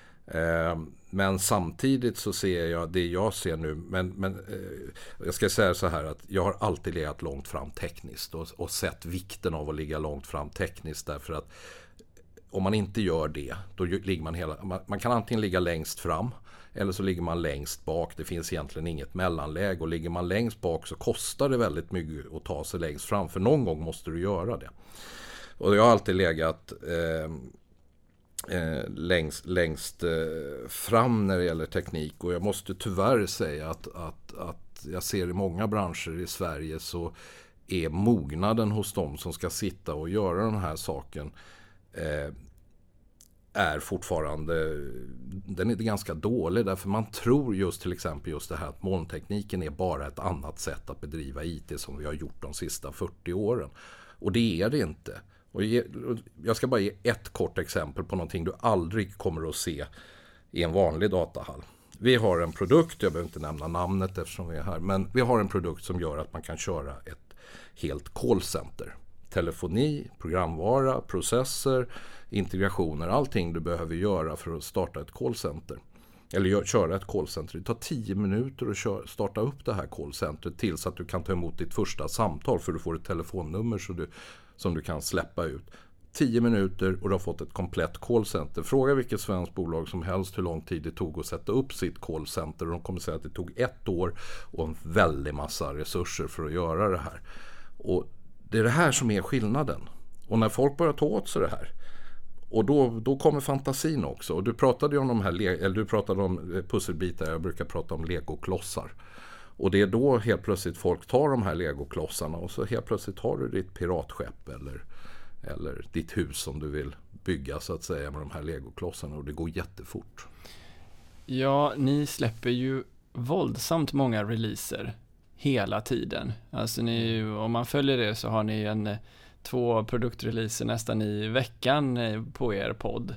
Speaker 2: Men samtidigt så ser jag det jag ser nu, men jag ska säga så här att jag har alltid legat långt fram tekniskt och sett vikten av att ligga långt fram tekniskt, därför att om man inte gör det, då ligger man kan antingen ligga längst fram eller så ligger man längst bak. Det finns egentligen inget mellanläge, och ligger man längst bak så kostar det väldigt mycket att ta sig längst fram, för någon gång måste du göra det. Och jag har alltid legat längst fram när det gäller teknik, och jag måste tyvärr säga att jag ser i många branscher i Sverige så är mognaden hos dem som ska sitta och göra den här saken är fortfarande, den är ganska dålig, därför man tror just till exempel just det här att molntekniken är bara ett annat sätt att bedriva IT som vi har gjort de sista 40 åren, och det är det inte. Och jag ska bara ge ett kort exempel på någonting du aldrig kommer att se i en vanlig datahall. Vi har en produkt, jag behöver inte nämna namnet eftersom vi är här, men vi har en produkt som gör att man kan köra ett helt callcenter. Telefoni, programvara, processer, integrationer, allting du behöver göra för att starta ett callcenter. Eller köra ett callcenter. Det tar 10 minuter att starta upp det här callcentret tills att du kan ta emot ditt första samtal, för du får ett telefonnummer som du kan släppa ut. 10 minuter och du har fått ett komplett callcenter. Fråga vilket svenskt bolag som helst hur lång tid det tog att sätta upp sitt callcenter, och de kommer säga att det tog 1 år och en väldig massa resurser för att göra det här. Och det är det här som är skillnaden. Och när folk börjar ta åt sig det här, och då kommer fantasin också. Och du pratade ju om du pratade om pusselbitar, jag brukar prata om legoklossar. Och det är då helt plötsligt folk tar de här legoklossarna och så helt plötsligt har du ditt piratskepp eller ditt hus som du vill bygga så att säga med de här legoklossarna, och det går jättefort.
Speaker 1: Ja, ni släpper ju våldsamt många releaser hela tiden. Alltså om man följer det så har ni 2 produktreleaser nästan i veckan på er podd.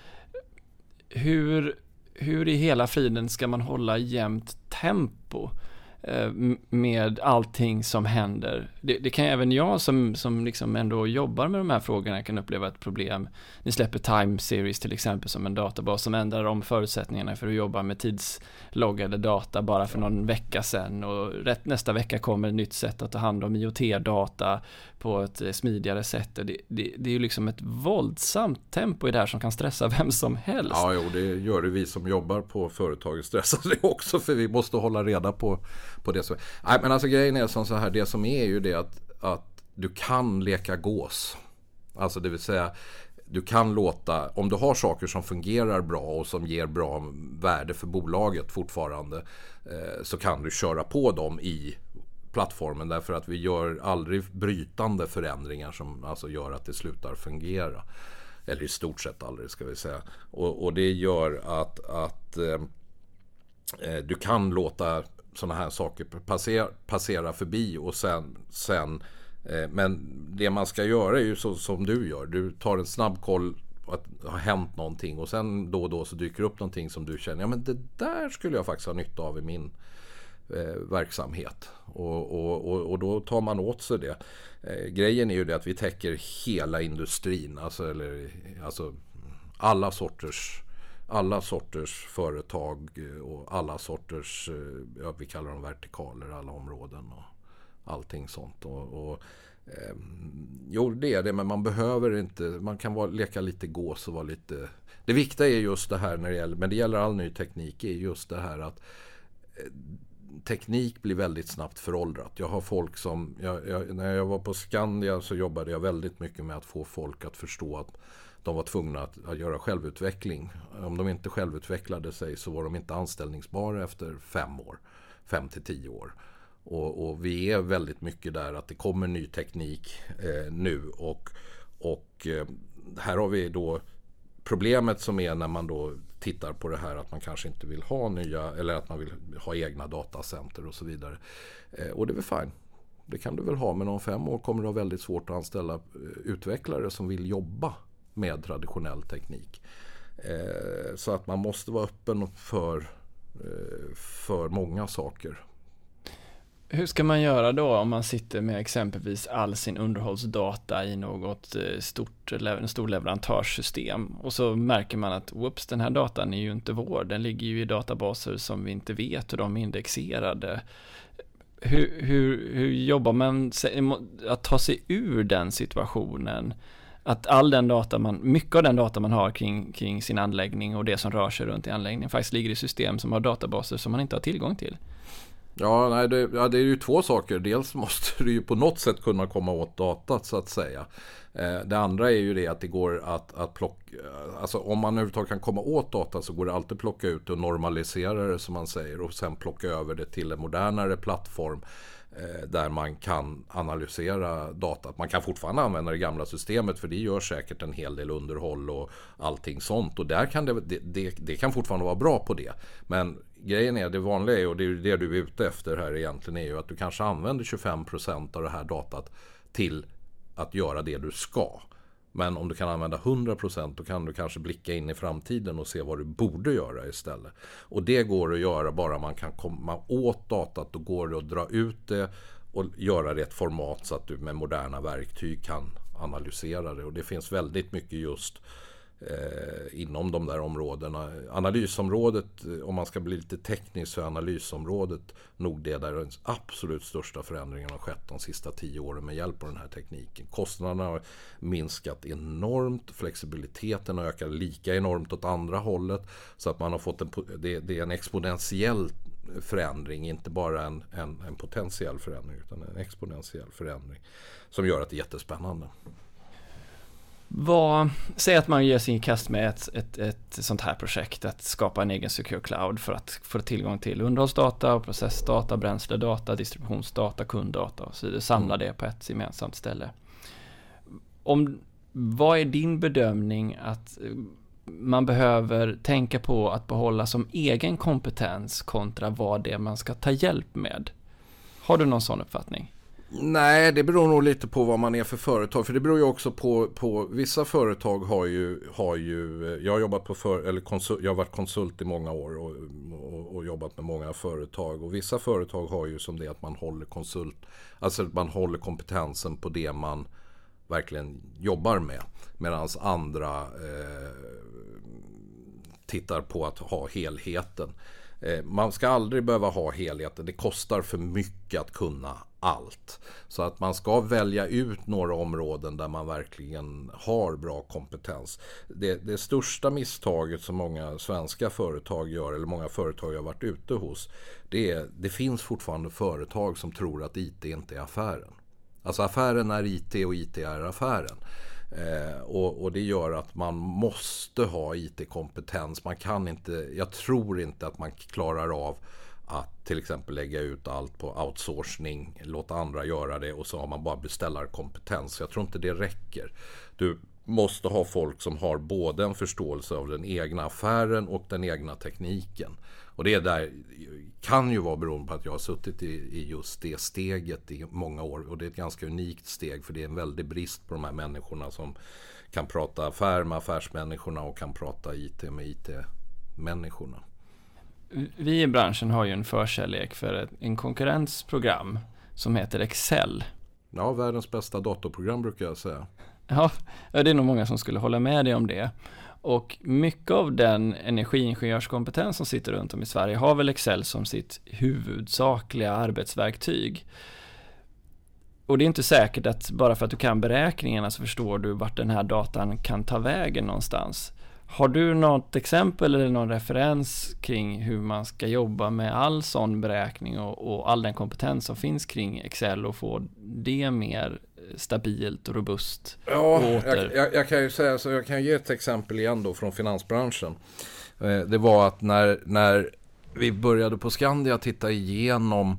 Speaker 1: Hur i hela friden ska man hålla jämnt tempo med allting som händer? Det kan även jag som liksom ändå jobbar med de här frågorna kan uppleva ett problem. Ni släpper Time Series till exempel som en databas som ändrar om förutsättningarna för att jobba med tidsloggade data bara för någon vecka sedan, och nästa vecka kommer ett nytt sätt att ta hand om IoT-data på ett smidigare sätt. Det är ju liksom ett våldsamt tempo i det här som kan stressa vem som helst.
Speaker 2: Ja, jo, det gör det vi som jobbar på företaget stressar det också, för vi måste hålla reda på det. Nej, men alltså grejen är som så här, det som är ju det att du kan leka gås. Alltså det vill säga, du kan låta, om du har saker som fungerar bra och som ger bra värde för bolaget fortfarande, så kan du köra på dem i plattformen, därför att vi gör aldrig brytande förändringar som alltså gör att det slutar fungera. Eller i stort sett aldrig, ska vi säga. Och det gör att du kan låta sådana här saker passera förbi, och sen men det man ska göra är ju så som du gör. Du tar en snabb koll att det har hänt någonting, och sen då och då så dyker upp någonting som du känner, ja men det där skulle jag faktiskt ha nytta av i min verksamhet, och då tar man åt sig det. Grejen är ju det att vi täcker hela industrin, alltså alla sorters företag och alla sorters, vi kallar dem vertikaler, alla områden och allting sånt. Jo, det är det, men man behöver inte, man kan leka lite gås och vara lite. Det viktiga är just det här men det gäller all ny teknik, är just det här att teknik blir väldigt snabbt föråldrat. Jag har folk som, när jag var på Skandia så jobbade jag väldigt mycket med att få folk att förstå att de var tvungna att göra självutveckling. Om de inte självutvecklade sig så var de inte anställningsbara efter 5 till 10 år. Och vi är väldigt mycket där att det kommer ny teknik nu, och här har vi då problemet som är när man då tittar på det här att man kanske inte vill ha nya, eller att man vill ha egna datacenter och så vidare. Och det är väl fine. Det kan du väl ha, men om 5 år kommer det vara väldigt svårt att anställa utvecklare som vill jobba med traditionell teknik. Så att man måste vara öppen för många saker.
Speaker 1: Hur ska man göra då om man sitter med exempelvis all sin underhållsdata i något en stor leverantörssystem, och så märker man att den här datan är ju inte vår, den ligger ju i databaser som vi inte vet hur de är indexerade. Hur jobbar man att ta sig ur den situationen? Att mycket av den data man har kring sin anläggning och det som rör sig runt i anläggningen faktiskt ligger i system som har databaser som man inte har tillgång till.
Speaker 2: Ja, nej, det är ju 2 saker. Dels måste du ju på något sätt kunna komma åt datat, så att säga. Det andra är ju det att det går att plocka, alltså om man överhuvudtaget kan komma åt data så går det alltid plocka ut och normalisera det, som man säger, och sen plocka över det till en modernare plattform där man kan analysera datat. Man kan fortfarande använda det gamla systemet, för det gör säkert en hel del underhåll och allting sånt, och där kan det kan fortfarande vara bra på det. Men grejen är, det vanliga är, och det är det du är ute efter här egentligen, är ju att du kanske använder 25% av det här datat till att göra det du ska. Men om du kan använda 100% då kan du kanske blicka in i framtiden och se vad du borde göra istället. Och det går att göra bara man kan komma åt datat. Då går det att dra ut det och göra det i ett format så att du med moderna verktyg kan analysera det. Och det finns väldigt mycket just inom de där områdena. Analysområdet, om man ska bli lite teknisk, så är analysområdet nog det där den absolut största förändringen har skett de sista 10 åren med hjälp av den här tekniken. Kostnaderna har minskat enormt, flexibiliteten har ökat lika enormt åt andra hållet, så att man har fått det är en exponentiell förändring, inte bara en potentiell förändring utan en exponentiell förändring som gör att det är jättespännande.
Speaker 1: Säg att man ger sig i kast med ett sånt här projekt, att skapa en egen secure cloud för att få tillgång till underhållsdata, processdata, bränsledata, distributionsdata, kunddata och så vidare, samla det på ett gemensamt ställe. Vad är din bedömning att man behöver tänka på att behålla som egen kompetens kontra vad det är man ska ta hjälp med? Har du någon sån uppfattning?
Speaker 2: Nej, det beror nog lite på vad man är för företag. För det beror ju också på vissa företag har ju jag har jobbat jag har varit konsult i många år och jobbat med många företag. Och vissa företag har ju som det att man håller man håller kompetensen på det man verkligen jobbar med. Medan andra tittar på att ha helheten. Man ska aldrig behöva ha helheten. Det kostar för mycket att kunna allt. Så att man ska välja ut några områden där man verkligen har bra kompetens. Det största misstaget som många svenska företag gör, eller många företag jag har varit ute hos, det finns fortfarande företag som tror att IT inte är affären. Alltså affären är IT och IT är affären. Och det gör att man måste ha IT-kompetens. Jag tror inte att man klarar av att till exempel lägga ut allt på outsourcing, låta andra göra det och så har man bara beställarkompetens. Jag tror inte det räcker. Du måste ha folk som har både en förståelse av den egna affären och den egna tekniken. Och det där kan ju vara beroende på att jag har suttit i just det steget i många år. Och det är ett ganska unikt steg, för det är en väldig brist på de här människorna som kan prata affär med affärsmänniskorna och kan prata IT med IT-människorna.
Speaker 1: Vi i branschen har ju en förkärlek för en konkurrensprogram som heter Excel.
Speaker 2: Ja, världens bästa datorprogram brukar jag säga.
Speaker 1: Ja, det är nog många som skulle hålla med dig om det. Och mycket av den energiingenjörskompetens som sitter runt om i Sverige har väl Excel som sitt huvudsakliga arbetsverktyg. Och det är inte säkert att bara för att du kan beräkningarna så förstår du vart den här datan kan ta vägen någonstans. Har du något exempel eller någon referens kring hur man ska jobba med all sån beräkning och all den kompetens som finns kring Excel och få det mer stabilt och robust?
Speaker 2: Ja, jag kan ju säga så. Jag kan ge ett exempel igen då från finansbranschen. Det var att när vi började på Skandia titta igenom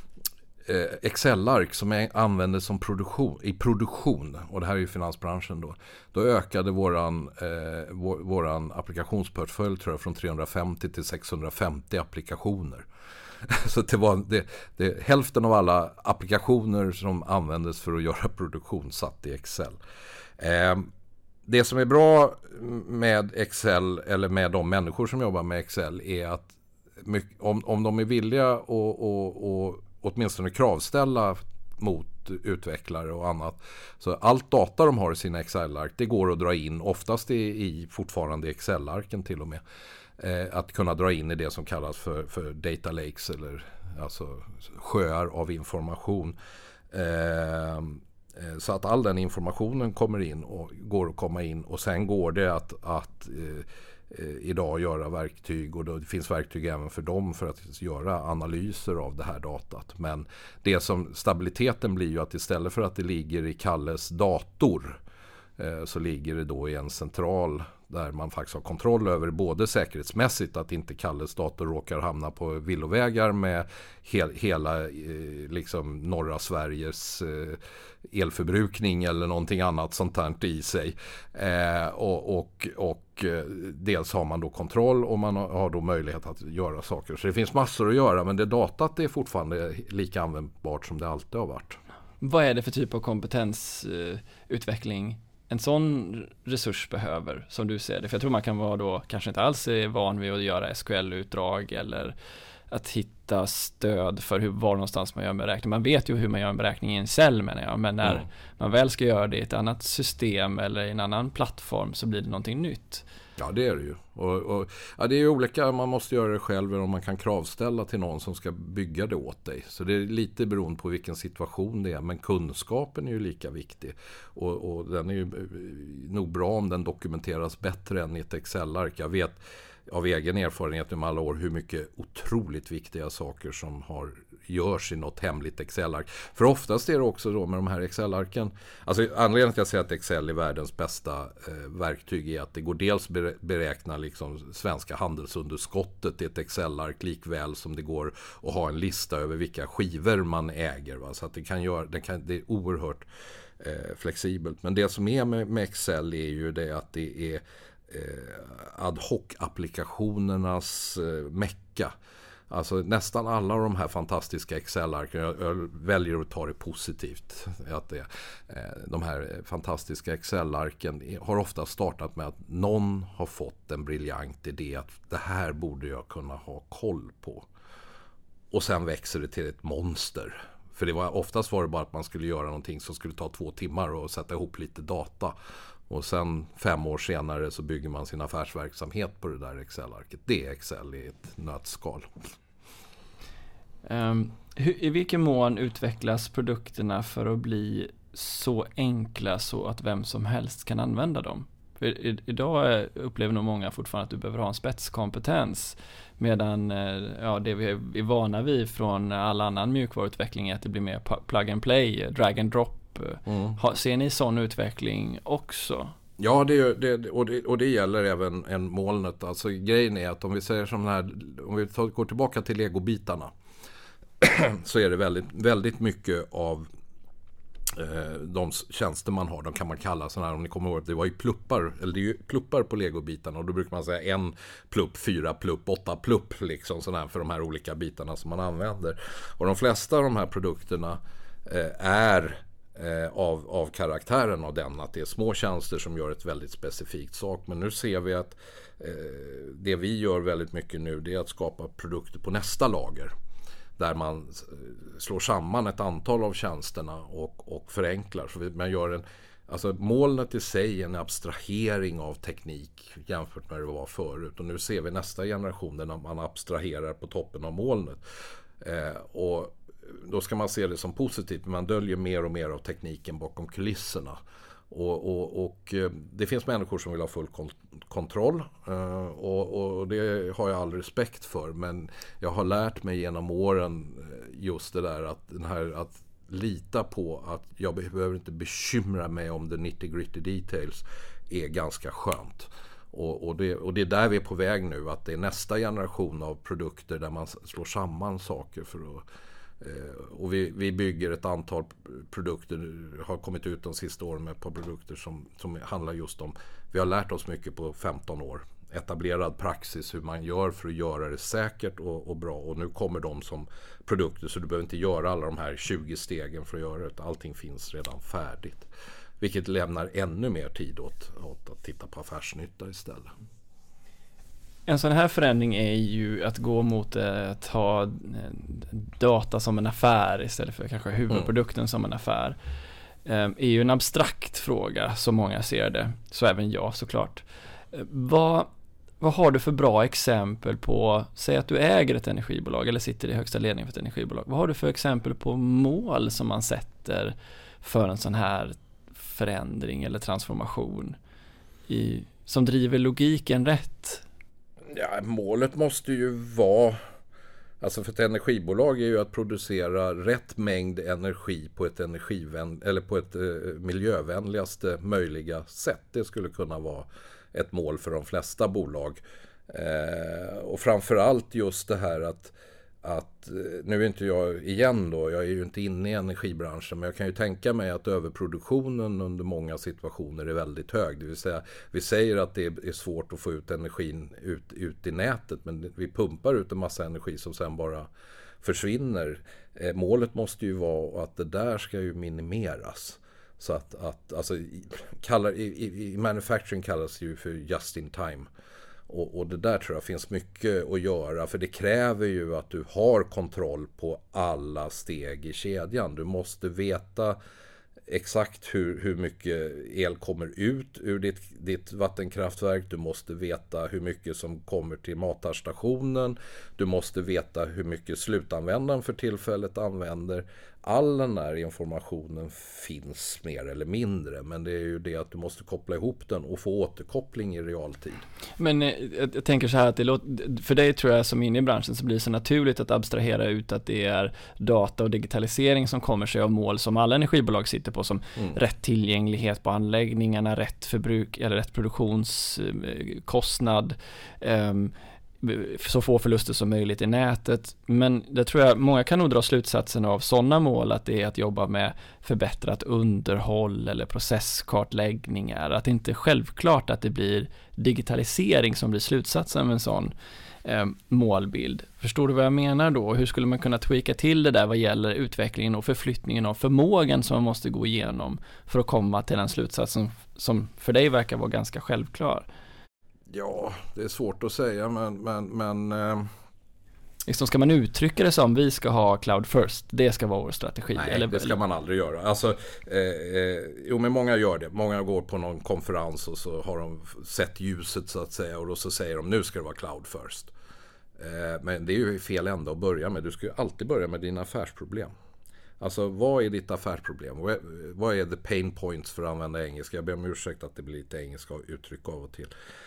Speaker 2: Excel-ark som användes som produktion, och det här är ju finansbranschen då ökade våran applikationsportfölj tror jag från 350 till 650 applikationer. Så det var hälften av alla applikationer som användes för att göra produktion satt i Excel. Det som är bra med Excel, eller med de människor som jobbar med Excel, är att om de är villiga och åtminstone kravställa mot utvecklare och annat. Så allt data de har i sina Excel-ark, det går att dra in, oftast i fortfarande Excel-arken till och med. Att kunna dra in i det som kallas för data lakes, eller alltså sjöar av information. Så att all den informationen kommer in och går att komma in, och sen går det att idag göra verktyg, och det finns verktyg även för dem för att göra analyser av det här datat. Men det som stabiliteten blir ju att istället för att det ligger i Kalles dator så ligger det då i en central där man faktiskt har kontroll över både säkerhetsmässigt att inte Kalles dator råkar hamna på villovägar med hela liksom norra Sveriges elförbrukning eller någonting annat sånt här i sig. Och dels har man då kontroll och man har då möjlighet att göra saker. Så det finns massor att göra, men det datat är fortfarande lika användbart som det alltid har varit.
Speaker 1: Vad är det för typ av kompetensutveckling en sån resurs behöver, som du ser det? För jag tror man kan vara då kanske inte alls är van vid att göra SQL-utdrag eller att hitta stöd för var någonstans man gör en beräkning. Man vet ju hur man gör en beräkning i en cell, menar jag, men när man väl ska göra det i ett annat system eller i en annan plattform så blir det någonting nytt.
Speaker 2: Ja, det är det ju. Ja, det är ju olika, man måste göra det själv eller om man kan kravställa till någon som ska bygga det åt dig. Så det är lite beroende på vilken situation det är, men kunskapen är ju lika viktig. Och den är ju nog bra om den dokumenteras bättre än i ett Excel-ark. Jag vet av egen erfarenhet med alla år hur mycket otroligt viktiga saker som görs i något hemligt Excel-ark. För oftast är det också då med de här Excel-arken, alltså anledningen till att jag säger att Excel är världens bästa verktyg är att det går dels beräkna liksom svenska handelsunderskottet i ett Excel-ark likväl som det går att ha en lista över vilka skivor man äger. Va? Så att det är oerhört flexibelt. Men det som är med Excel är ju det att det är ad hoc-applikationernas mecka. Alltså nästan alla de här fantastiska Excel-arken, jag väljer att ta det positivt, att de här fantastiska Excel-arken har ofta startat med att någon har fått en briljant idé att det här borde jag kunna ha koll på. Och sen växer det till ett monster. För oftast var det bara att man skulle göra någonting som skulle ta 2 timmar och sätta ihop lite data. Och sen 5 år senare så bygger man sin affärsverksamhet på det där Excel-arket. Det är Excel i ett nötskal.
Speaker 1: I vilken mån utvecklas produkterna för att bli så enkla så att vem som helst kan använda dem? För idag upplever nog många fortfarande att du behöver ha en spetskompetens, medan det vi är vana vid från all annan mjukvaruutveckling är att det blir mer plug and play, drag and drop. Ser ni sån utveckling också?
Speaker 2: Ja, det gäller även en molnet. Alltså grejen är att om vi säger som här, om vi går tillbaka till Lego-bitarna så är det väldigt, väldigt mycket av de tjänster man har, de kan man kalla sådana här, om ni kommer ihåg, det var ju pluppar, eller det är ju pluppar på Lego-bitarna och då brukar man säga 1 plupp, 4 plupp, 8 plupp liksom sådana här för de här olika bitarna som man använder. Och de flesta av de här produkterna är av karaktären av den, att det är små tjänster som gör ett väldigt specifikt sak. Men nu ser vi att det vi gör väldigt mycket nu, det är att skapa produkter på nästa lager där man slår samman ett antal av tjänsterna och förenklar. Så man gör alltså molnet i sig är en abstrahering av teknik jämfört med det var förut, och nu ser vi nästa generation där man abstraherar på toppen av molnet och då ska man se det som positivt, men man döljer mer och mer av tekniken bakom kulisserna. Och det finns människor som vill ha full kontroll och det har jag all respekt för, men jag har lärt mig genom åren just det där att lita på att jag behöver inte bekymra mig om the nitty-gritty details är ganska skönt. Och det är där vi är på väg nu, att det är nästa generation av produkter där man slår samman saker för att. Och vi bygger ett antal produkter, har kommit ut de sista åren med ett par produkter som handlar just om, vi har lärt oss mycket på 15 år, etablerad praxis hur man gör för att göra det säkert och bra, och nu kommer de som produkter så du behöver inte göra alla de här 20 stegen för att göra det, allting finns redan färdigt, vilket lämnar ännu mer tid åt att titta på affärsnytta istället.
Speaker 1: En sån här förändring är ju att gå mot att ha data som en affär istället för kanske huvudprodukten som en affär. Är ju en abstrakt fråga som många ser det, så även jag såklart. Vad har du för bra exempel på, säg att du äger ett energibolag eller sitter i högsta ledningen för ett energibolag. Vad har du för exempel på mål som man sätter för en sån här förändring eller transformation som driver logiken rätt?
Speaker 2: Ja, målet måste ju vara, alltså för ett energibolag är ju att producera rätt mängd energi på ett eller på ett miljövänligaste möjliga sätt. Det skulle kunna vara ett mål för de flesta bolag. Och framförallt just det här att nu är inte jag igen då, jag är ju inte inne i energibranschen, men jag kan ju tänka mig att överproduktionen under många situationer är väldigt hög. Det vill säga, vi säger att det är svårt att få ut energin ut i nätet, men vi pumpar ut en massa energi som sen bara försvinner. Målet måste ju vara att det där ska ju minimeras. Så att alltså, i manufacturing kallas det ju för just in time. Och det där tror jag finns mycket att göra, för det kräver ju att du har kontroll på alla steg i kedjan. Du måste veta exakt hur mycket el kommer ut ur ditt vattenkraftverk. Du måste veta hur mycket som kommer till matarstationen. Du måste veta hur mycket slutanvändaren för tillfället använder. All den här informationen finns mer eller mindre, men det är ju det att du måste koppla ihop den och få återkoppling i realtid.
Speaker 1: Men jag tänker så här att för dig tror jag som inne i branschen så blir det så naturligt att abstrahera ut att det är data och digitalisering som kommer sig av mål som alla energibolag sitter på, som rätt tillgänglighet på anläggningarna, rätt förbruk eller rätt produktionskostnad, så få förluster som möjligt i nätet. Men det tror jag många kan nog dra slutsatsen av sådana mål, att det är att jobba med förbättrat underhåll eller processkartläggningar, att det inte är självklart att det blir digitalisering som blir slutsatsen med en sån målbild. Förstår du vad jag menar då? Hur skulle man kunna tweaka till det där vad gäller utvecklingen och förflyttningen av förmågan som man måste gå igenom för att komma till den slutsatsen som för dig verkar vara ganska självklar?
Speaker 2: Ja, det är svårt att säga, men
Speaker 1: liksom, ska man uttrycka det som vi ska ha cloud first, det ska vara vår strategi?
Speaker 2: Nej, eller det ska man aldrig göra. Alltså, men många gör det. Många går på någon konferens och så har de sett ljuset så att säga, och då så säger de nu ska det vara cloud first. Men det är ju fel ända att börja med. Du ska ju alltid börja med dina affärsproblem. Alltså, vad är ditt affärsproblem? Vad är the pain points, för att använda engelska? Jag ber om ursäkt att det blir lite engelska uttryck av och till.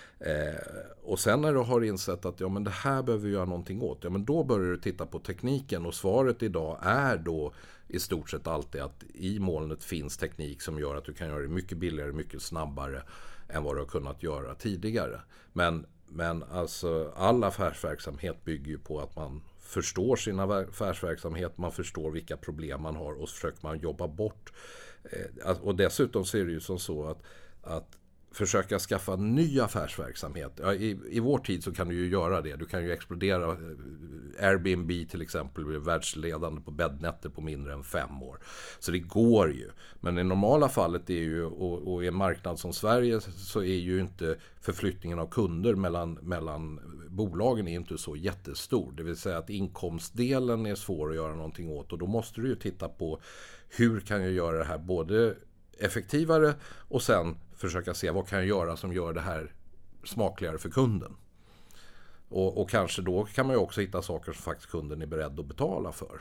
Speaker 2: Och sen när du har insett att men det här behöver vi göra någonting åt, men då börjar du titta på tekniken, och svaret idag är då i stort sett alltid att i molnet finns teknik som gör att du kan göra det mycket billigare, mycket snabbare än vad du har kunnat göra tidigare. Men alltså all affärsverksamhet bygger ju på att man förstår sin affärsverksamhet, man förstår vilka problem man har och så försöker man jobba bort. Och dessutom så är det ju som så att försöka skaffa ny affärsverksamhet. Ja, i vår tid så kan du ju göra det. Du kan ju explodera. Airbnb till exempel blir världsledande på bäddnätter på mindre än 5 år. Så det går ju. Men i normala fallet är ju, och i en marknad som Sverige så är ju inte förflyttningen av kunder mellan bolagen är inte så jättestor. Det vill säga att inkomstdelen är svår att göra någonting åt, och då måste du ju titta på hur kan jag göra det här både effektivare och sen försöka se vad kan jag göra som gör det här smakligare för kunden. Och kanske då kan man ju också hitta saker som faktiskt kunden är beredd att betala för.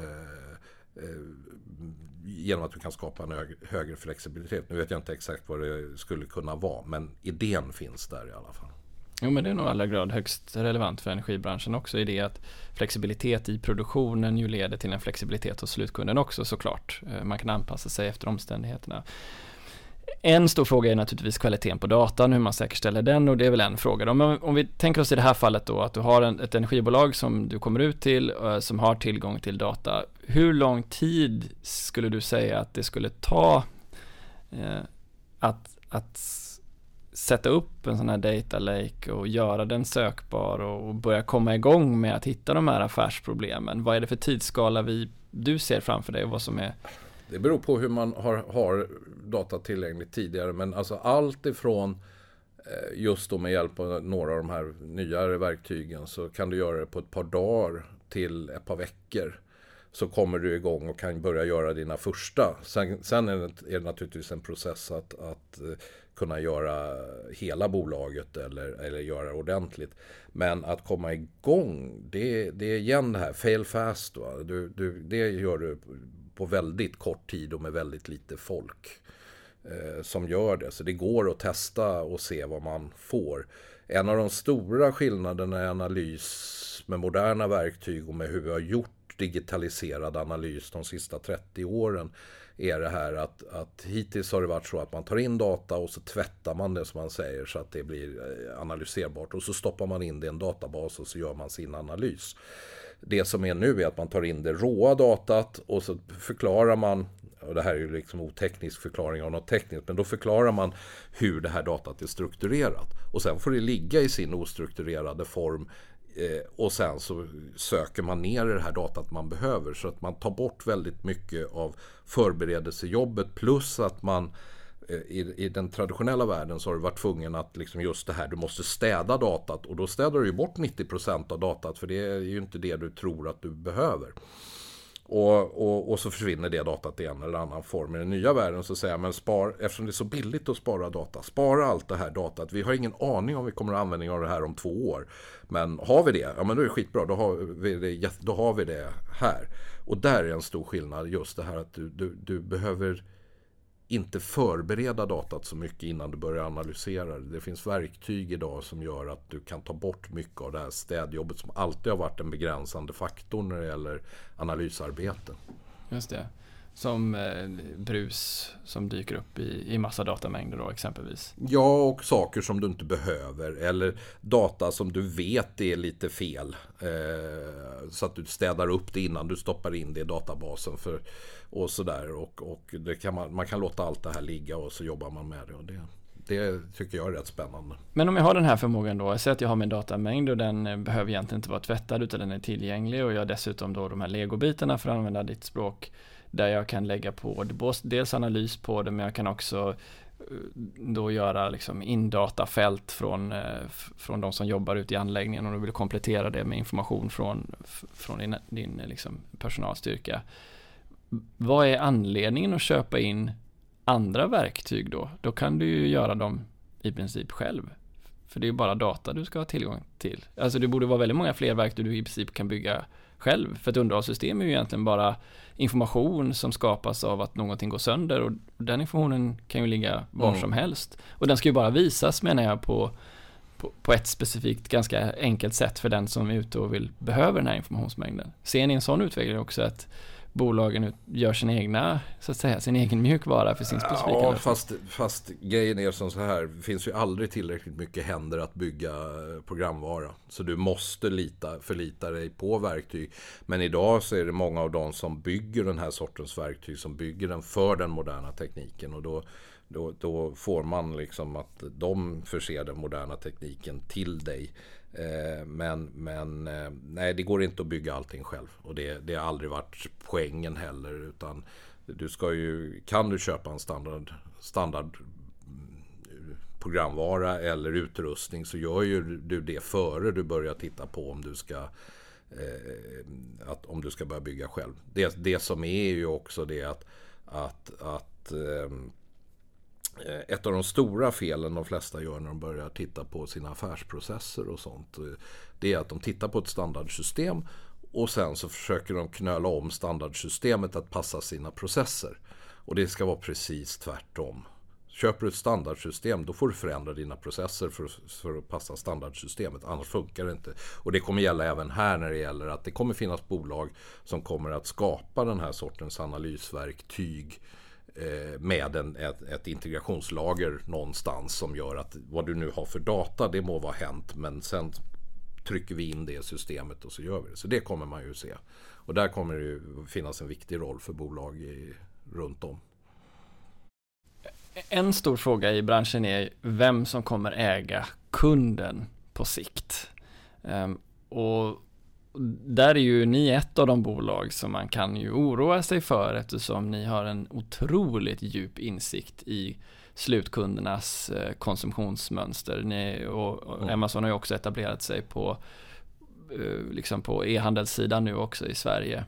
Speaker 2: Genom att du kan skapa en högre flexibilitet. Nu vet jag inte exakt vad det skulle kunna vara, men idén finns där i alla fall.
Speaker 1: Jo, men det är nog i alla grad högst relevant för energibranschen också, i det att flexibilitet i produktionen ju leder till en flexibilitet hos slutkunden också, såklart. Man kan anpassa sig efter omständigheterna. En stor fråga är naturligtvis kvaliteten på datan, hur man säkerställer den, och det är väl en fråga. Om vi tänker oss i det här fallet då, att du har ett energibolag som du kommer ut till, som har tillgång till data. Hur lång tid skulle du säga att det skulle ta att sätta upp en sån här data lake och göra den sökbar och börja komma igång med att hitta de här affärsproblemen? Vad är det för tidsskala du ser framför dig och vad som är...
Speaker 2: Det beror på hur man har data tillgängligt tidigare, men alltså allt ifrån just då med hjälp av några av de här nyare verktygen så kan du göra det på ett par dagar till ett par veckor, så kommer du igång och kan börja göra dina första. Sen är det naturligtvis en process att kunna göra hela bolaget eller göra ordentligt. Men att komma igång, det är igen det här fail fast. Va? Det gör du på väldigt kort tid och med väldigt lite folk som gör det. Så det går att testa och se vad man får. En av de stora skillnaderna i analys med moderna verktyg och med hur vi har gjort digitaliserad analys de sista 30 åren är det här att hittills har det varit så att man tar in data och så tvättar man det som man säger så att det blir analyserbart, och så stoppar man in det i en databas och så gör man sin analys. Det som är nu är att man tar in det råa datat och så förklarar man, och det här är ju liksom oteknisk förklaring av något tekniskt, men då förklarar man hur det här datat är strukturerat, och sen får det ligga i sin ostrukturerade form Och sen så söker man ner i det här datat man behöver, så att man tar bort väldigt mycket av förberedelsejobbet, plus att man i den traditionella världen så har du varit tvungen att liksom just det här, du måste städa datat, och då städar du ju bort 90% av datat, för det är ju inte det du tror att du behöver. Och så försvinner det datat i en eller annan form. I den nya världen så säger jag, men eftersom det är så billigt att spara data, spara allt det här datat. Vi har ingen aning om vi kommer att ha användning av det här om 2 år. Men har vi det, ja men då är det skitbra, då har vi det här. Och där är en stor skillnad, just det här att du behöver inte förbereda datat så mycket innan du börjar analysera det. Det finns verktyg idag som gör att du kan ta bort mycket av det här städjobbet som alltid har varit en begränsande faktor när det gäller analysarbete.
Speaker 1: Just det. Som brus som dyker upp i massa datamängder då exempelvis.
Speaker 2: Ja, och saker som du inte behöver, eller data som du vet är lite fel, så att du städar upp det innan du stoppar in det i databasen och sådär, och det man kan låta allt det här ligga och så jobbar man med det, och det tycker jag är rätt spännande.
Speaker 1: Men om jag har den här förmågan då, jag säger att jag har min datamängd och den behöver egentligen inte vara tvättad utan den är tillgänglig, och jag har dessutom då de här legobitarna, för att använda ditt språk, där jag kan lägga på dels analys på det, men jag kan också då göra liksom indatafält från de som jobbar ute i anläggningen, och du vill komplettera det med information från din liksom personalstyrka. Vad är anledningen att köpa in andra verktyg då? Då kan du ju göra dem i princip själv. För det är ju bara data du ska ha tillgång till. Alltså det borde vara väldigt många fler verktyg du i princip kan bygga själv. För ett underhållssystem är ju egentligen bara information som skapas av att någonting går sönder, och den informationen kan ju ligga var som helst. Och den ska ju bara visas, menar jag, på ett specifikt ganska enkelt sätt för den som är ute och behöver den här informationsmängden. Ser ni en sån utveckling också, att bolagen gör sin egen mjukvara för sin specifika
Speaker 2: lösning? Ja, fast grejen är som så här, det finns ju aldrig tillräckligt mycket händer att bygga programvara. Så du måste förlita dig på verktyg. Men idag så är det många av de som bygger den här sortens verktyg som bygger den för den moderna tekniken, och då får man liksom att de förser den moderna tekniken till dig. Men nej, det går inte att bygga allting själv, och det har aldrig varit poängen heller, utan kan du köpa en standard programvara eller utrustning, så gör ju du det före du börjar titta på om du ska börja bygga själv. Det som är ju också det att ett av de stora felen de flesta gör när de börjar titta på sina affärsprocesser och sånt, det är att de tittar på ett standardsystem och sen så försöker de knöla om standardsystemet att passa sina processer. Och det ska vara precis tvärtom. Köper du ett standardsystem, då får du förändra dina processer för att passa standardsystemet, annars funkar det inte. Och det kommer gälla även här, när det gäller att det kommer finnas bolag som kommer att skapa den här sortens analysverktyg med ett integrationslager någonstans som gör att vad du nu har för data, det må vara hänt, men sen trycker vi in det i systemet och så gör vi det. Så det kommer man ju se. Och där kommer det ju finnas en viktig roll för bolag runt om.
Speaker 1: En stor fråga i branschen är vem som kommer äga kunden på sikt. Och där är ju ni ett av de bolag som man kan ju oroa sig för, eftersom ni har en otroligt djup insikt i slutkundernas konsumtionsmönster. Och Amazon har ju också etablerat sig på e-handelssidan nu också i Sverige.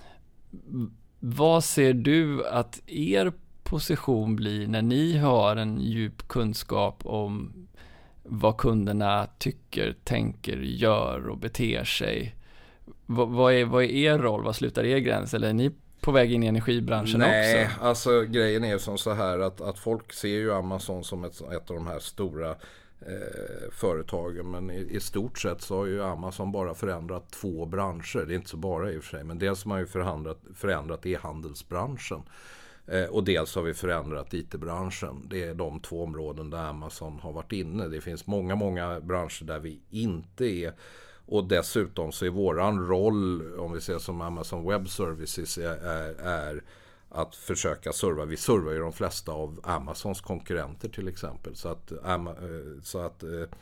Speaker 1: Vad ser du att er position blir när ni har en djup kunskap om vad kunderna tycker, tänker, gör och beter sig? Vad är er roll? Vad slutar er gräns? Eller är ni på väg in i energibranschen också?
Speaker 2: Nej, alltså grejen är som så här att folk ser ju Amazon som ett av de här stora företagen, men i stort sett så har ju Amazon bara förändrat 2 branscher. Det är inte så bara i och för sig, men dels har man ju förändrat e-handelsbranschen. Och dels har vi förändrat IT-branschen. Det är de 2 områden där Amazon har varit inne. Det finns många branscher där vi inte är. Och dessutom så är våran roll, om vi ser som Amazon Web Services, är att försöka serva. Vi servar ju de flesta av Amazons konkurrenter till exempel. Så att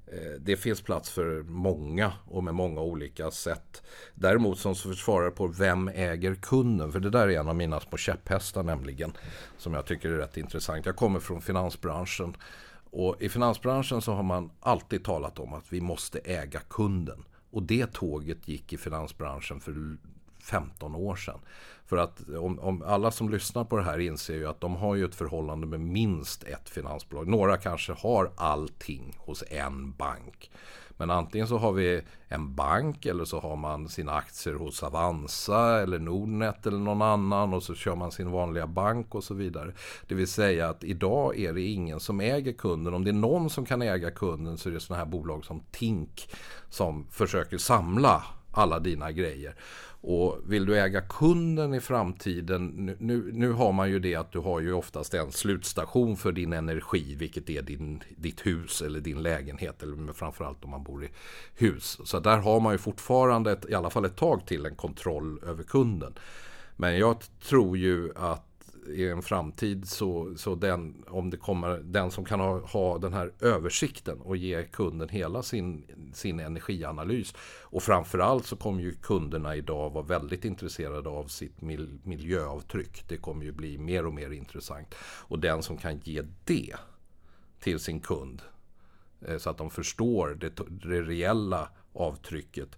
Speaker 2: Det finns plats för många och med många olika sätt. Däremot som försvarar på vem äger kunden, för det där är en av mina små käpphästar nämligen, som jag tycker är rätt intressant. Jag kommer från finansbranschen, och i finansbranschen så har man alltid talat om att vi måste äga kunden. Och det tåget gick i finansbranschen för 15 år sedan. För att om alla som lyssnar på det här inser ju att de har ju ett förhållande med minst ett finansbolag. Några kanske har allting hos en bank. Men antingen så har vi en bank, eller så har man sina aktier hos Avanza eller Nordnet eller någon annan, och så kör man sin vanliga bank och så vidare. Det vill säga att idag är det ingen som äger kunden. Om det är någon som kan äga kunden så är det sådana här bolag som Tink som försöker samla alla dina grejer. Och vill du äga kunden i framtiden, nu har man ju det att du har ju oftast en slutstation för din energi, vilket är ditt hus eller din lägenhet, eller framförallt om man bor i hus. Så där har man ju fortfarande i alla fall ett tag till en kontroll över kunden. Men jag tror ju att i en framtid så om det kommer den som kan ha den här översikten och ge kunden hela sin energianalys, och framförallt så kommer ju kunderna idag vara väldigt intresserade av sitt miljöavtryck. Det kommer ju bli mer och mer intressant, och den som kan ge det till sin kund så att de förstår det reella avtrycket,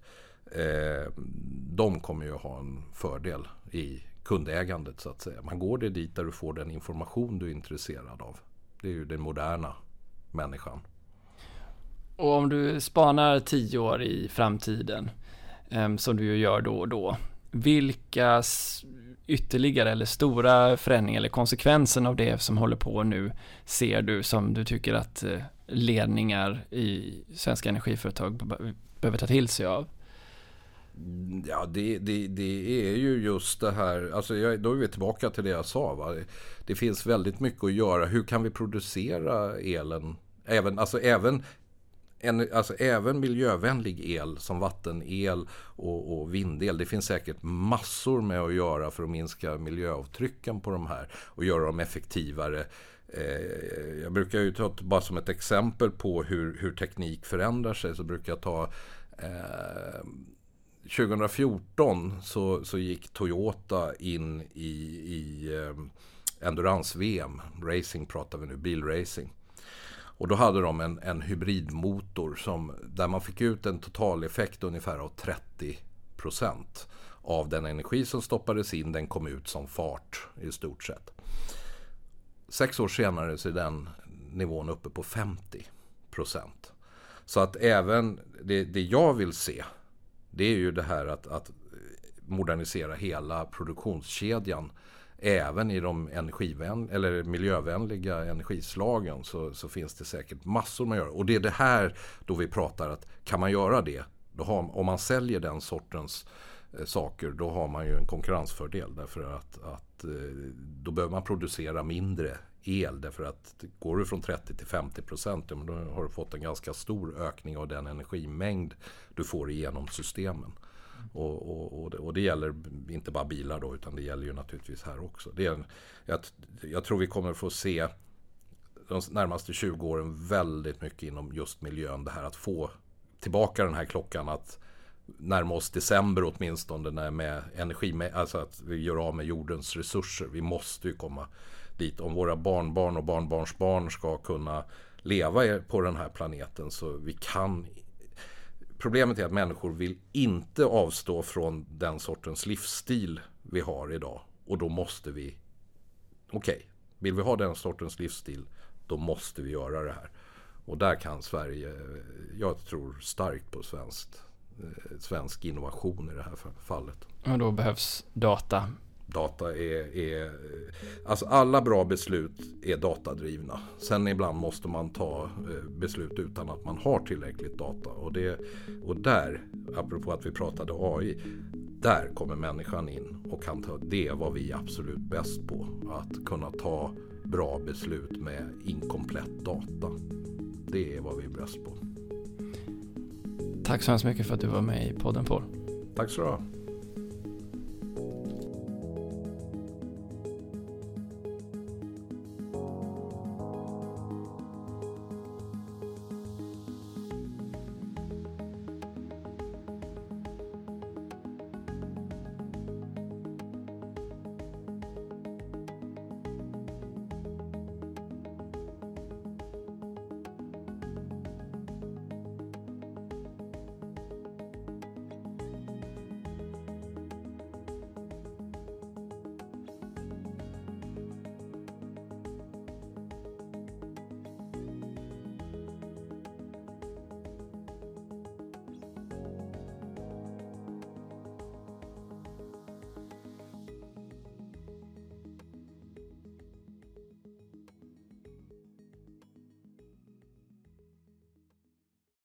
Speaker 2: de kommer ju ha en fördel i kundägandet så att säga. Man går det dit där du får den information du är intresserad av. Det är ju den moderna människan.
Speaker 1: Och om du spanar 10 år i framtiden, som du ju gör då och då, vilka ytterligare eller stora förändringar eller konsekvensen av det som håller på nu ser du som du tycker att ledningar i svenska energiföretag behöver ta till sig av?
Speaker 2: Ja, det är ju just det här, alltså då är vi tillbaka till det jag sa, va? Det finns väldigt mycket att göra. Hur kan vi producera elen? Även miljövänlig el som vattenel och vindel. Det finns säkert massor med att göra för att minska miljöavtrycken på de här och göra dem effektivare. Jag brukar ju ta bara som ett exempel på hur teknik förändrar sig, så brukar jag ta 2014 så gick Toyota in i endurance-VM, racing pratar vi nu, bilracing. Och då hade de en hybridmotor där man fick ut en totaleffekt ungefär av 30% av den energi som stoppades in, den kom ut som fart i stort sett. 6 år senare så är den nivån uppe på 50%. Så att även det jag vill se, det är ju det här att modernisera hela produktionskedjan. Även i de miljövänliga energislagen så finns det säkert massor med att göra. Och det är det här då vi pratar att kan man göra det, om man säljer den sortens saker, då har man ju en konkurrensfördel. Därför att då behöver man producera mindre el. Därför att går du från 30 till 50%, då har du fått en ganska stor ökning av den energimängd du får igenom systemen. Och det gäller inte bara bilar då, utan det gäller ju naturligtvis här också. Jag tror vi kommer få se de närmaste 20 åren väldigt mycket inom just miljön. Det här att få tillbaka den här klockan, att närma oss december åtminstone med energi, alltså att vi gör av med jordens resurser. Vi måste ju komma dit. Om våra barnbarn och barnbarnsbarn ska kunna leva på den här planeten, så vi kan. Problemet är att människor vill inte avstå från den sortens livsstil vi har idag. Och då måste vi, vill vi ha den sortens livsstil, då måste vi göra det här. Och där kan Sverige, jag tror starkt på svensk innovation i det här fallet.
Speaker 1: Och då behövs data.
Speaker 2: Data alltså alla bra beslut är datadrivna. Sen ibland måste man ta beslut utan att man har tillräckligt data. Och där, apropå att vi pratade AI, där kommer människan in och kan ta det vad vi är absolut bäst på. Att kunna ta bra beslut med inkomplett data. Det är vad vi är bäst på.
Speaker 1: Tack så hemskt mycket för att du var med i podden, Paul.
Speaker 2: Tack så du ha.